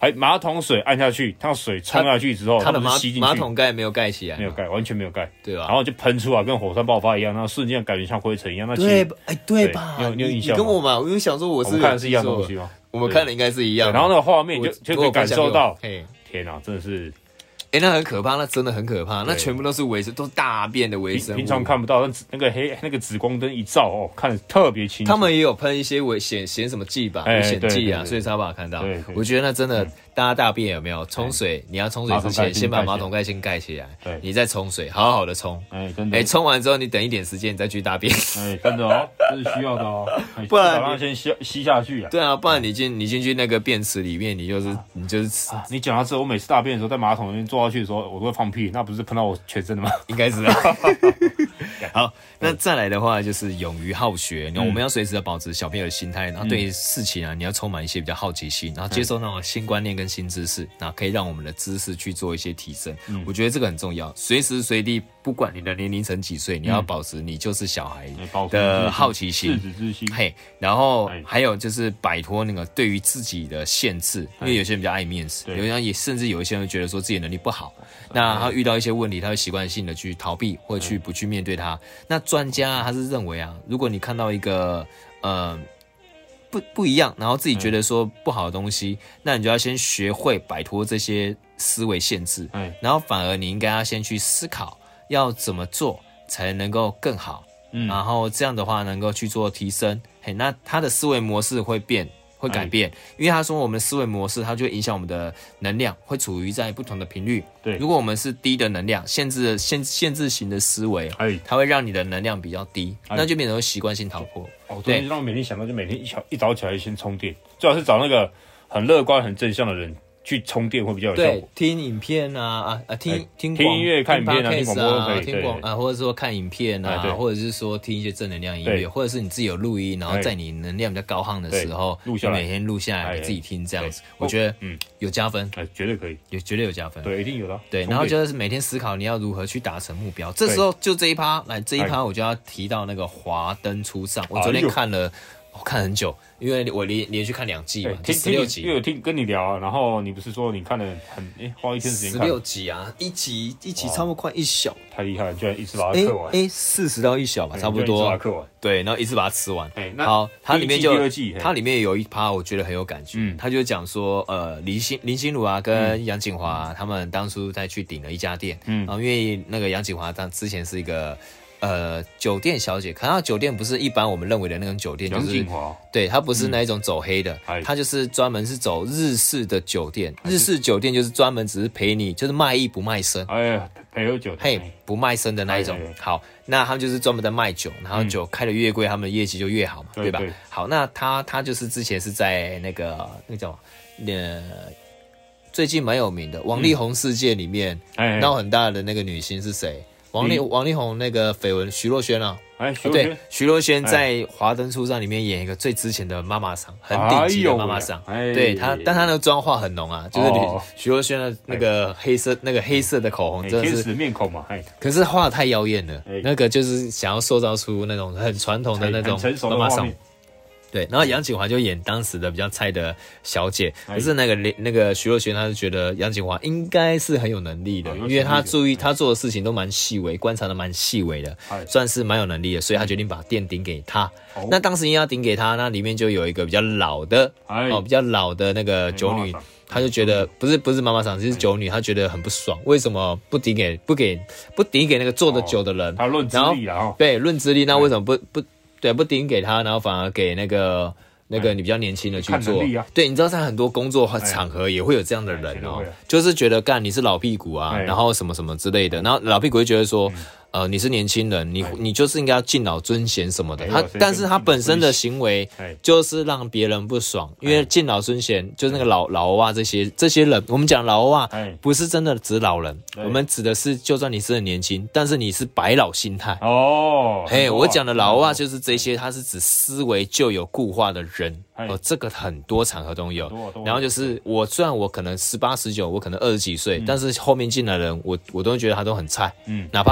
还马桶水按下去，它水冲下去之后， 它的马吸进去， 马桶盖没有盖起来， 没有盖，完全没有盖， 对吧？ 然后就喷出来，跟火山爆发一样，然后瞬间感觉像灰尘一样。那对，哎，对吧？ 你有你有印象吗？ 你跟我嘛，我就想说我是我们看的是一样东西吗？ 我们看的应该是一样。 然后那个画面就就可以感受到， 天哪，真的是。 哎、欸，那很可怕，那真的很可怕，那全部都是微生，都是大便的微生物。 平常看不到，但那个黑那个紫光灯一照哦，看得特别清楚。 他们也有喷一些危险显什么剂吧，危险剂啊，所以才把它看到。我觉得那真的，大家大便有没有冲水？你要冲水之前，先把马桶盖先盖起来，你再冲水，好好的冲。哎，真的。哎，冲完之后，你等一点时间，你再去大便。 哎，真的哦，这是需要的哦，不然你先吸吸下去啊。 对啊，不然你进你进去那个便池里面，你就是你就是。 你讲到这，我每次大便的时候，在马桶里面坐下去的时候，我都会放屁，那不是喷到我全身的吗？ 应该是啊。好，那再来的话就是勇于好学，我们要随时的保持小朋友的心态，然后对于事情啊，你要充满一些比较好奇心，然后接受那种新观念跟新知识，然后可以让我们的知识去做一些提升。嗯、我觉得这个很重要，随时随地，不管你的年龄层几岁，你要保持你就是小孩的好奇心、 赤子之心。 嘿，然后还有就是摆脱那个对于自己的限制，因为有些人比较爱面子，有些人也甚至有一些人觉得说自己能力不好，那他遇到一些问题，他会习惯性的去逃避或者去不去面对它。那专家他是认为啊，如果你看到一个呃不不一样，然后自己觉得说不好的东西，那你就要先学会摆脱这些思维限制，然后反而你应该要先去思考要怎么做才能够更好，嗯、然后这样的话能够去做提升，嘿，那他的思维模式会变。会改变，因为他说我们的思维模式，它就会影响我们的能量，会处于在不同的频率。对，如果我们是低的能量，限制限限制型的思维，它会让你的能量比较低，那就变成习惯性逃脱。 哦，对，让我每天想到就每天一早一早起来先充电，最好是找那个很乐观、很正向的人。去充电会比较有效果。 对，听影片啊啊啊，听听听音乐、看影片啊，听广播都可以。 听广啊，或者说看影片啊，或者是说听一些正能量音乐，或者是你自己有录音，然后在你能量比较高亢的时候，录下来，每天录下来给自己听，这样子，我觉得嗯有加分， 哎，绝对可以， 有绝对有加分， 对，一定有的。 对，然后就是每天思考你要如何去达成目标。这时候就这一趴，来这一趴我就要提到那个华灯初上，我昨天看了。我看很久，因为我连连续看两季嘛， 听十六集。 因为有听跟你聊啊，然后你不是说你看了很哎花一天时间看十六集啊，一集一集差不多快一小， 太厉害了，居然一次把它嗑完。 哎，四十到一小吧，差不多。 把它嗑完。 对，然后一次把它吃完。好，它里面就它里面有一趴我觉得很有感觉， 嗯， 他就讲说，呃，林心林心如啊跟杨锦华他们当初在去顶了一家店，嗯，然后因为那个杨锦华当之前是一个。呃，酒店小姐，可能酒店不是一般我们认为的那种酒店，就是对，它不是那一种走黑的，嗯、它就是专门是走日式的酒店。日式酒店就是专门只是陪你，就是卖艺不卖身， 哎呀，陪喝酒， 嘿，不卖身的那一种。哎哎哎好，那他们就是专门在卖酒，然后酒开的越贵，他们的业绩就越好嘛，嗯、对吧？对好，那他他就是之前是在那个那个叫呃。最近蛮有名的王力宏事件里面，嗯、闹很大的那个女星是谁？王力王力宏那个绯闻，徐若瑄啊， 哎，徐对，徐若瑄在《华灯初上》里面演一个最值钱的妈妈桑，很顶级的妈妈桑，哎、对她，但她那个妆化很浓啊，就是徐若瑄的那个黑色、哎、那个黑色的口红，真的是天使面孔嘛，哎， 可是画得太妖艳了，哎、那个就是想要塑造出那种很传统的那种妈妈桑。对，然后杨锦华就演当时的比较菜的小姐，可是那个那个徐若瑄，她就觉得杨锦华应该是很有能力的，因为她注意她做的事情都蛮细微，观察的蛮细微的，算是蛮有能力的，所以她决定把店顶给她。那当时因为要顶给她，那里面就有一个比较老的哦，比较老的那个酒女，她就觉得不是不是妈妈桑，是酒女，她觉得很不爽，为什么不顶给不给不顶给那个做的酒的人？ 她论资历了哈， 对，论资历，那为什么不不？对，不顶给他，然后反而给那个那个你比较年轻的去做。啊、对，你知道在很多工作场合也会有这样的人哦，就是觉得干你是老屁股啊，然后什么什么之类的，然后老屁股会觉得说。嗯呃，你是年轻人，你你就是应该要敬老尊贤什么的。他，但是他本身的行为就是让别人不爽，因为敬老尊贤就是那个老老娃这些这些人，我们讲老娃不是真的指老人，我们指的是就算你是很年轻，但是你是百老心态哦。嘿，我讲的老娃就是这些，它是指思维就有固化的人。哦，这个很多场合都有。然后就是我虽然我可能十八十九，我可能二十几岁，嗯、但是后面进来的人，我我都觉得他都很菜。嗯，哪怕你三四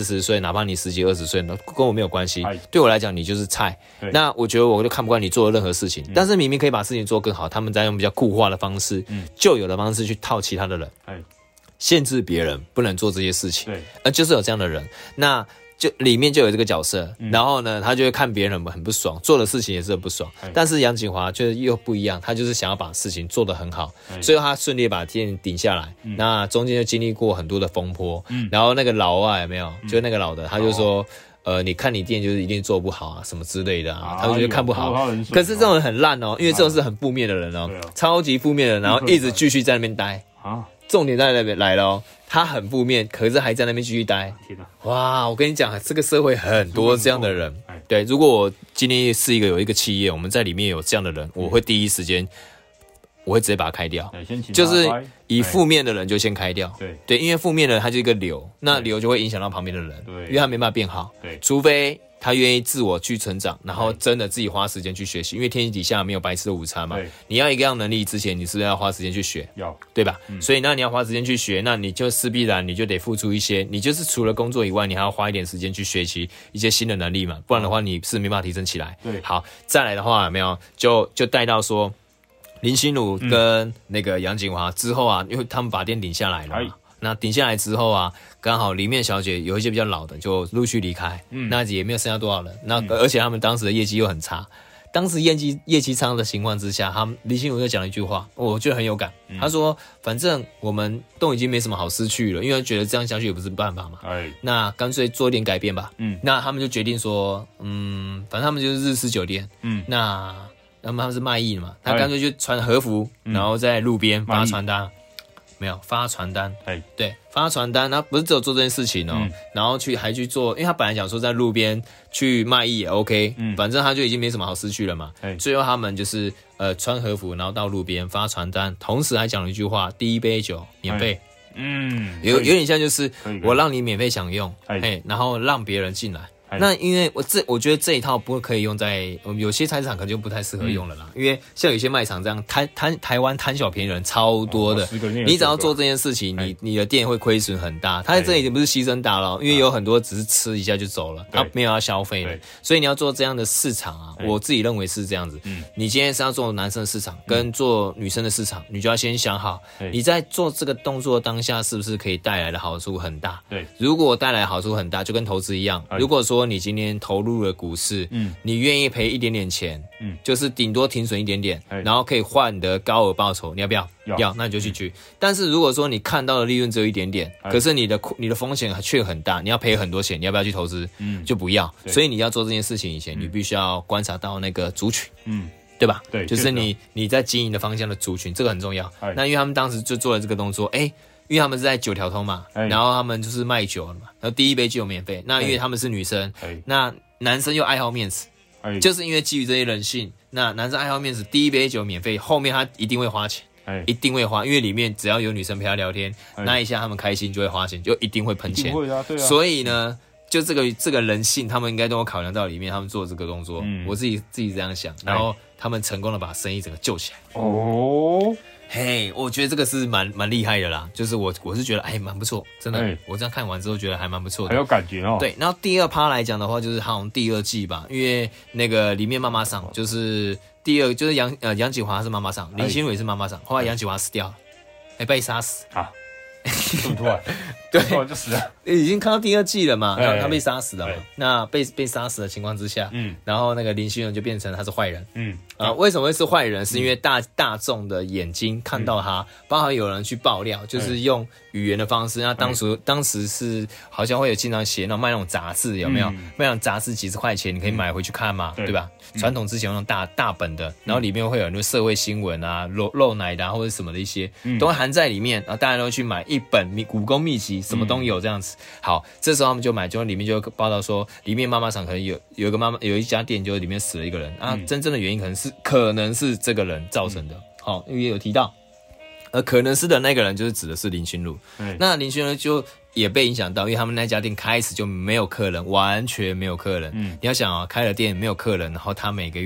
十岁，哪怕你十几二十岁，跟我没有关系。对我来讲，你就是菜。那我觉得我就看不惯你做的任何事情，嗯、但是明明可以把事情做更好，他们在用比较固化的方式、嗯、旧有的方式去套其他的人，限制别人不能做这些事情。对，呃，就是有这样的人，那就里面就有这个角色，嗯、然后呢，他就会看别人很不爽，做的事情也是很不爽。但是杨锦华就是又不一样，他就是想要把事情做得很好，所以他顺利把店顶下来。嗯、那中间就经历过很多的风波，嗯、然后那个老啊有没有？嗯、就那个老的，他就说。哦呃，你看你店就是一定做不好啊，什么之类的啊，他就觉得看不好。可是这种人很烂哦，因为这种是很负面的人哦，超级负面的人，然后一直继续在那边待。啊，重点在那边来了哦，他很负面，可是还在那边继续待。天哪！哇，我跟你讲，这个社会很多这样的人。对，如果我今天是一个有一个企业，我们在里面有这样的人，我会第一时间。我会直接把它开掉，就是以负面的人就先开掉，对对，因为负面的人他就是一个流，那流就会影响到旁边的人，对，因为他没办法变好，对，除非他愿意自我去成长，然后真的自己花时间去学习，因为天底下没有白吃的午餐嘛，你要一个样能力之前，你是不是要花时间去学？要，对吧？嗯、所以那你要花时间去学，那你就势必然你就得付出一些，你就是除了工作以外，你还要花一点时间去学习一些新的能力嘛，不然的话你是没办法提升起来。对，好，再来的话有没有就就带到说。林心如跟那个杨锦华之后啊，因为他们把店顶下来了嘛，那顶下来之后啊，刚好里面小姐有一些比较老的就陆续离开，嗯、那也没有剩下多少人。那、嗯、而且他们当时的业绩又很差，当时业绩业绩差的情况之下，他们林心如就讲了一句话，我觉得很有感。嗯、他说：“反正我们都已经没什么好失去了，因为觉得这样下去也不是办法嘛。哎，那干脆做一点改变吧。嗯，那他们就决定说，嗯，反正他们就是日式酒店。嗯，那。”他们是卖艺的嘛，他干脆就穿和服，嗯、然后在路边发传单，没有发传单，对，发传单，他不是只有做这件事情哦，嗯、然后去还去做，因为他本来想说在路边去卖艺也 OK，嗯、反正他就已经没什么好失去了嘛。最后他们就是呃穿和服，然后到路边发传单，同时还讲了一句话：第一杯酒免费。嗯，有有点像就是我让你免费享用，嘿，然后让别人进来。那因为我这我觉得这一套不可以用在有些菜市场可能就不太适合用了啦，嗯、因为像有些卖场这样贪贪台湾贪小便宜的人超多的，哦、你只要做这件事情，你你的店会亏损很大。他在这里已经不是牺牲大了，因为有很多只是吃一下就走了，他没有要消费的，所以你要做这样的市场啊，我自己认为是这样子。嗯、你今天是要做男生的市场跟做女生的市场，你就要先想好，你在做这个动作当下是不是可以带来的好处很大？对，如果带来好处很大，就跟投资一样，如果说说你今天投入了股市，嗯，你愿意赔一点点钱，嗯，就是顶多停损一点点，然后可以换得高额报酬，你要不要？要，那你就去去。嗯、但是如果说你看到的利润只有一点点，可是你的你的风险却很大，你要赔很多钱，你要不要去投资？嗯，就不要。所以你要做这件事情以前，嗯、你必须要观察到那个族群，嗯。对吧？对，就是你你在经营的方向的族群，这个很重要。那因为他们当时就做了这个动作，哎，因为他们是在九条通嘛，然后他们就是卖酒了嘛，然后第一杯就有免费。那因为他们是女生，那男生又爱好面子，就是因为基于这些人性，那男生爱好面子，第一杯酒免费，后面他一定会花钱，一定会花，因为里面只要有女生陪他聊天，那一下他们开心就会花钱，就一定会喷钱。会啊，对啊。所以呢。就这个这个人性，他们应该都有考量到里面，他们做这个动作，嗯、我自己自己这样想，然后他们成功的把生意整个救起来。哦，嘿，我觉得这个是蛮蛮厉害的啦，就是我我是觉得哎蛮不错，真的，我这样看完之后觉得还蛮不错的， 很有感觉哦。 对，然后第二趴来讲的话，就是好像第二季吧，因为那个里面妈妈桑就是第二就是杨呃杨锦华是妈妈桑，林心如也是妈妈桑，后来杨锦华死掉了，哎被杀死啊。 这么突然，对，突然就死了。 已经看到第二季了嘛，然后他被杀死了嘛。那被被杀死的情况之下，嗯，然后那个林心如就变成他是坏人，嗯啊、呃，为什么会是坏人？是因为大大众的眼睛看到他，包含有人去爆料，就是用语言的方式。那当时当时是好像会有经常写那种卖那种杂志，有没有？卖那种杂志几十块钱，你可以买回去看嘛，对吧？传统之前有那种大大本的，然后里面会有很多社会新闻啊、漏漏奶的啊或者什么的一些，都会含在里面，然后大家都会去买一本武功秘籍，什么都有这样子。好，这时候他们就买，就里面就报道说，里面妈妈厂可能有有一个妈妈有一家店，就里面死了一个人啊，嗯、真正的原因可能是可能是这个人造成的。好、嗯哦，因为有提到，而可能是的那个人就是指的是林心如。嗯、那林心如就也被影响到，因为他们那家店开始就没有客人，完全没有客人。嗯，你要想啊，开了店没有客人，然后他每个月的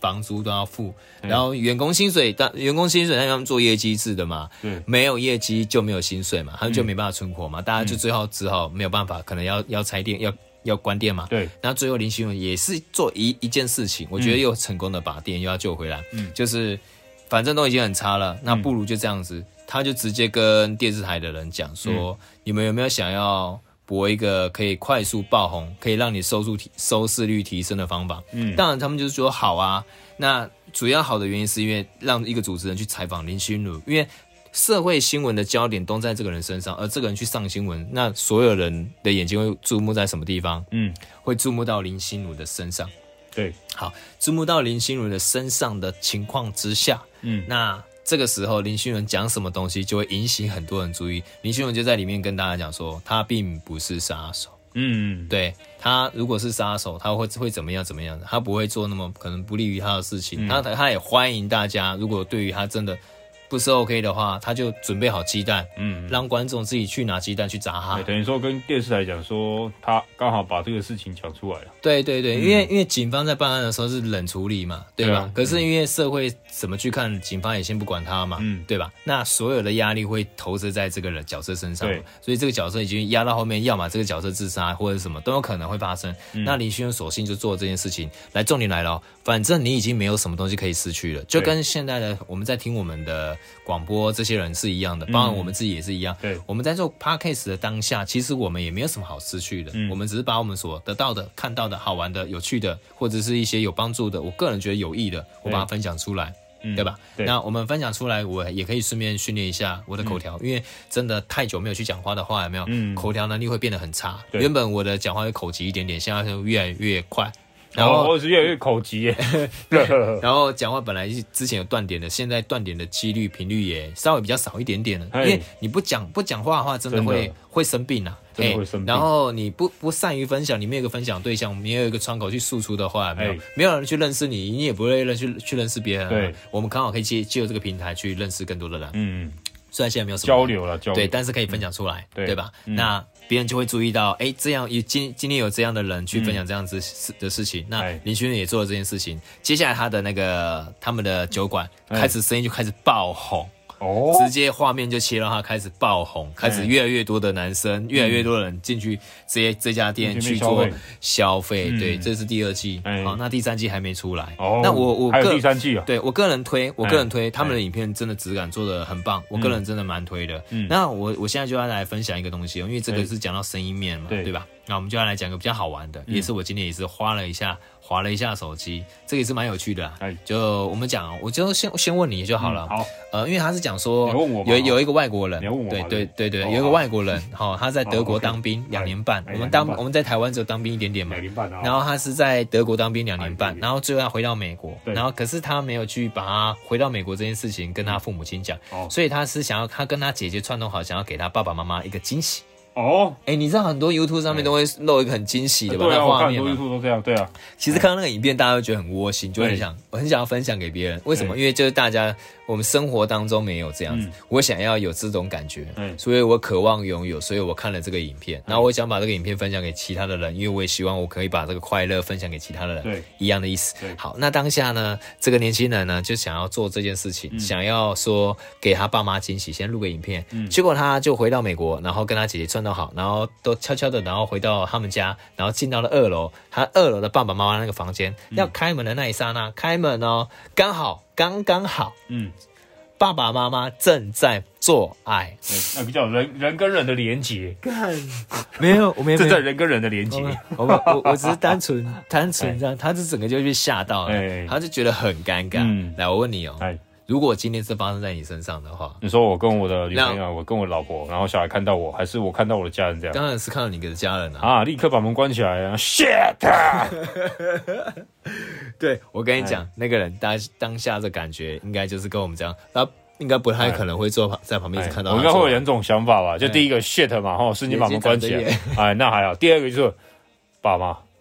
房租都要付，然后员工薪水，当员工薪水他们做业绩制的嘛，没有业绩就没有薪水嘛，他们就没办法存活嘛，嗯、大家就最后只好没有办法，可能要要拆店，要要关店嘛。对，然后最后林新文也是做一一件事情，我觉得又成功的把店又要救回来，嗯，就是反正都已经很差了，那不如就这样子，他就直接跟电视台的人讲说，嗯、你们有没有想要博一个可以快速爆红，可以让你收视提收视率提升的方法？嗯，当然他们就是说好啊。那主要好的原因是因为让一个主持人去采访林心如，因为社会新闻的焦点都在这个人身上，而这个人去上新闻，那所有人的眼睛会注目在什么地方？嗯，会注目到林心如的身上。对，好，注目到林心如的身上的情况之下，嗯，那这个时候林心如讲什么东西就会引起很多人注意。林心如就在里面跟大家讲说，他并不是杀手。嗯，对，他如果是杀手，他会会怎么样怎么样的？他不会做那么可能不利于他的事情。嗯、他他也欢迎大家，如果对于他真的不是 OK 的话，他就准备好鸡蛋，嗯，让观众自己去拿鸡蛋去砸他。 等于说跟电视台讲说，他刚好把这个事情讲出来了。 对对对，嗯、因为因为警方在办案的时候是冷处理嘛，对吧？对啊、可是因为社会怎么去看，警方也先不管他嘛，嗯，对吧？那所有的压力会投射在这个人角色身上，对，所以这个角色已经压到后面，要么这个角色自杀或者什么都有可能会发生。嗯、那林心如索性就做这件事情。来，重点来了，反正你已经没有什么东西可以失去了，就跟现在的我们在听我们的广播这些人是一样的，包含我们自己也是一样。对，我们在做 podcast 的当下，其实我们也没有什么好失去的，嗯、我们只是把我们所得到的、看到的、好玩的、有趣的，或者是一些有帮助的，我个人觉得有益的，我把它分享出来。嗯、对吧？对，那我们分享出来，我也可以顺便训练一下我的口条，嗯、因为真的太久没有去讲话的话，有没有？嗯、口条能力会变得很差。原本我的讲话会口急一点点，现在就越来越快。 然后我是越来越口急耶， 然后讲话本来之前有断点的，现在断点的几率频率也稍微比较少一点点了，因为你不讲不讲话的话，真的会真的会生病啊，真的会生病。然后你不不善于分享，你没有一个分享对象，没有一个窗口去输出的话，没有没有人去认识你，你也不会去去认识别人、啊。对，我们刚好可以借借由这个平台去认识更多的人。嗯。虽然现在没有什么交流了，交流对，但是可以分享出来，嗯、对, 对吧？嗯、那别人就会注意到，哎，这样今今天有这样的人去分享这样子的事情，嗯、那林心如也做了这件事情。接下来他的那个他们的酒馆开始生意就开始爆红。哦，直接画面就切到他开始爆红，开始越来越多的男生，嗯、越来越多的人进去这这家店去做消费。嗯、对，这是第二季。嗯、好，那第三季还没出来。哦，那我我还有第三季啊？ 对我个人推，我个人推他们的影片真的质感做得很棒，我个人真的蛮推的。嗯，那我我现在就要来分享一个东西，因为这个是讲到声音面嘛，对, 对吧？那我们就要来讲一个比较好玩的，嗯、也是我今天也是花了一下。滑了一下手机，这个也是蛮有趣的、啊。就我们讲，我就先先问你就好了。嗯、好，呃，因为他是讲说，有有一个外国人，对对对对，有一个外国人，哈、哦，他在德国当兵两年半。我们当我们在台湾只有当兵一点点嘛，然后他是在德国当兵两年半，然后最后他回到美国，然后可是他没有去把他回到美国这件事情跟他父母亲讲，所以他是想要他跟他姐姐串通好，想要给他爸爸妈妈一个惊喜。哦，哎、欸，你知道很多 YouTube 上面都会露一个很惊喜的吧？ 对啊， 画面我看很多 YouTube 都这样，对啊。 其实看到那个影片，大家都觉得很窝心，就很想，我很想要分享给别人。为什么？因为就是大家我们生活当中没有这样子，嗯、我想要有这种感觉，嗯、所以我渴望拥有，所以我看了这个影片，然后我想把这个影片分享给其他的人，因为我也希望我可以把这个快乐分享给其他的人，对，一样的意思。好，那当下呢，这个年轻人呢就想要做这件事情，嗯、想要说给他爸妈惊喜，先录个影片，嗯、结果他就回到美国，然后跟他姐姐串到好，然后都悄悄的，然后回到他们家，然后进到了二楼，他二楼的爸爸妈妈那个房间，嗯、要开门的那一刹那，开门哦，刚好，刚刚好，嗯，爸爸妈妈正在做爱， 那个叫人人跟人的连结， 干，没有，我没有， 正在人跟人的连结， 我我我只是单纯单纯这样，他这整个就被吓到了，哎、他就觉得很尴尬。嗯、来，我问你哦。如果今天是发生在你身上的话， 你说我跟我的女朋友，我跟我老婆，然后小孩看到我，还是我看到我的家人这样？ 当然是看到你的家人啊！ 啊，立刻把门关起来啊 ！Shit！ 对，我跟你讲，那个人当当下的感觉，应该就是跟我们这样，他应该不太可能会坐在旁边一直看到他。 我应该会有两种想法吧？就第一个 shit 嘛，吼，瞬间把门关起来，哎，那还好。第二个就是爸妈。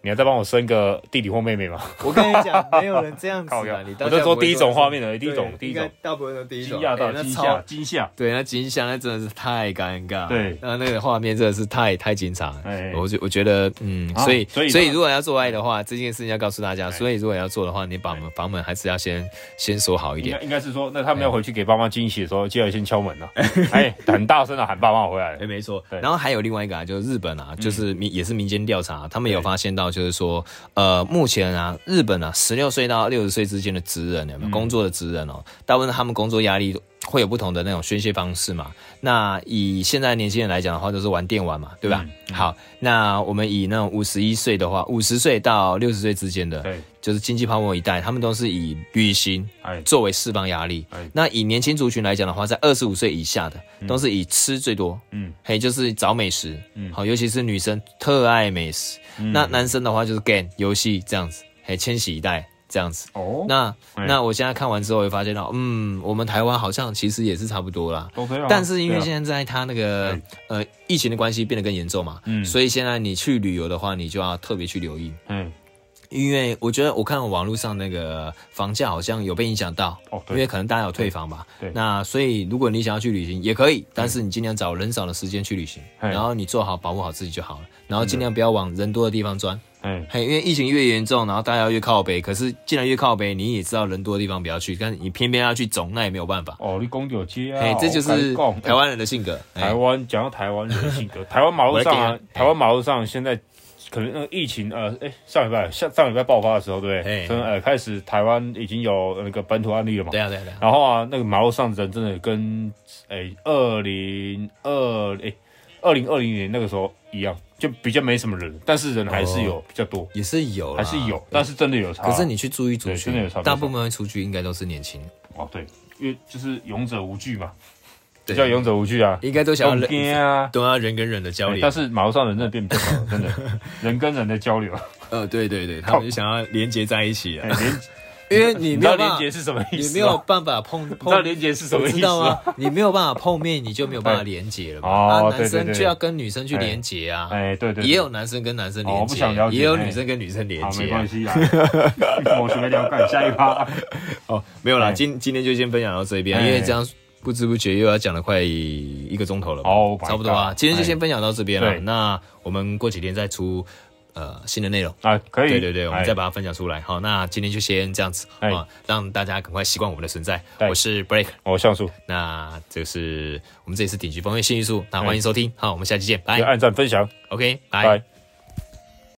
你还再帮我生个弟弟或妹妹吗？ 我跟你讲，没有人这样子啊！你我就说第一种画面而已，第一种，第一种， 大部分都第一种。 惊讶到惊吓，惊吓。 对，那惊吓那真的是太尴尬。 对， 那那个画面真的是太太精彩。哎，我就我觉得，嗯，所以所以如果要做爱的话，这件事情要告诉大家。所以如果要做的话，你把门房门还是要先先锁好一点。 应该是说，那他们要回去给爸妈惊喜的时候，记得先敲门啊！哎，很大声的喊爸妈回来。 哎，没错。然后还有另外一个啊，就是日本啊，就是民也是民间调查，他们有发现到，就是说，呃，目前啊，日本啊，十六岁到六十岁之间的职人有没有工作的职人哦？大部分他们工作压力会有不同的那种宣泄方式嘛。那以现在年轻人来讲的话，都是玩电玩嘛，对吧？嗯嗯、好，那我们以那种五十一岁的话，五十岁到六十岁之间的，就是经济泡沫一代，他们都是以旅行作为释放压力。那以年轻族群来讲的话，在二十五岁以下的，嗯、都是以吃最多，嗯，嘿，就是找美食，嗯，好，尤其是女生特爱美食。嗯、那男生的话就是 game 游戏这样子，嘿，千禧一代。这样子哦，那那我现在看完之后，会发现到，嗯，我们台湾好像其实也是差不多啦。OK 啊。但是因为现在它那个、啊、呃疫情的关系变得更严重嘛，嗯，所以现在你去旅游的话，你就要特别去留意，嗯，因为我觉得我看网络上那个房价好像有被影响到，哦，因为可能大家有退房吧，对，那所以如果你想要去旅行也可以，但是你尽量找人少的时间去旅行，然后你做好保护好自己就好了，然后尽量不要往人多的地方钻。嗯，嘿，因为疫情越严重，然后大家越靠北，可是既然越靠北，你也知道人多的地方不要去，但是你偏偏要去总，那也没有办法。 哦，你讲到这啊， 嘿，这就是台湾人的性格。 台湾讲到台湾人的性格，台湾马路上啊，台湾马路上现在可能那个疫情，呃，哎、欸，上礼拜上上礼拜爆发的时候，对不对？真的，呃，开始台湾已经有那个本土案例了嘛？ 对啊，对啊。对啊然后啊，那个马路上人真的跟哎二零二哎二零二零年那个时候一样。就比较没什么人，但是人还是有比较多， 哦、也是有， 还是有，但是真的有差。 可是你去注意族群， 真的有差。 大部分会出去应该都是年轻人。 哦，对，因为就是勇者无惧嘛，比较勇者无惧啊， 应该都想要人啊，都要人跟人的交流。 但是马路上人真的变比较少，真的，人跟人的交流。 呃，对对对，他们就想要连接在一起啊。因为你没有连结是什么意思？ 你没有办法碰碰， 你知道连结是什么意思？ 知道吗？你没有办法碰面，你就没有办法连结了嘛。哦，啊，男生就要跟女生去连结啊。哎，对对，也有男生跟男生连结，也有女生跟女生连结。 没关系啦，我准备了解下一趴。 哦，没有啦，今今天就先分享到这边，因为这样不知不觉又要讲了快一个钟头了。哦，差不多啊，今天就先分享到这边了。那我们过几天再出。呃，新的内容啊，可以， 对对对，我们再把它分享出来。好，那今天就先这样子啊，让大家赶快习惯我们的存在。我是 Break， 我像素， 那这是我们这里是顶级风味新艺术，那欢迎收听，好，我们下期见，拜。 按赞分享 ，OK，拜。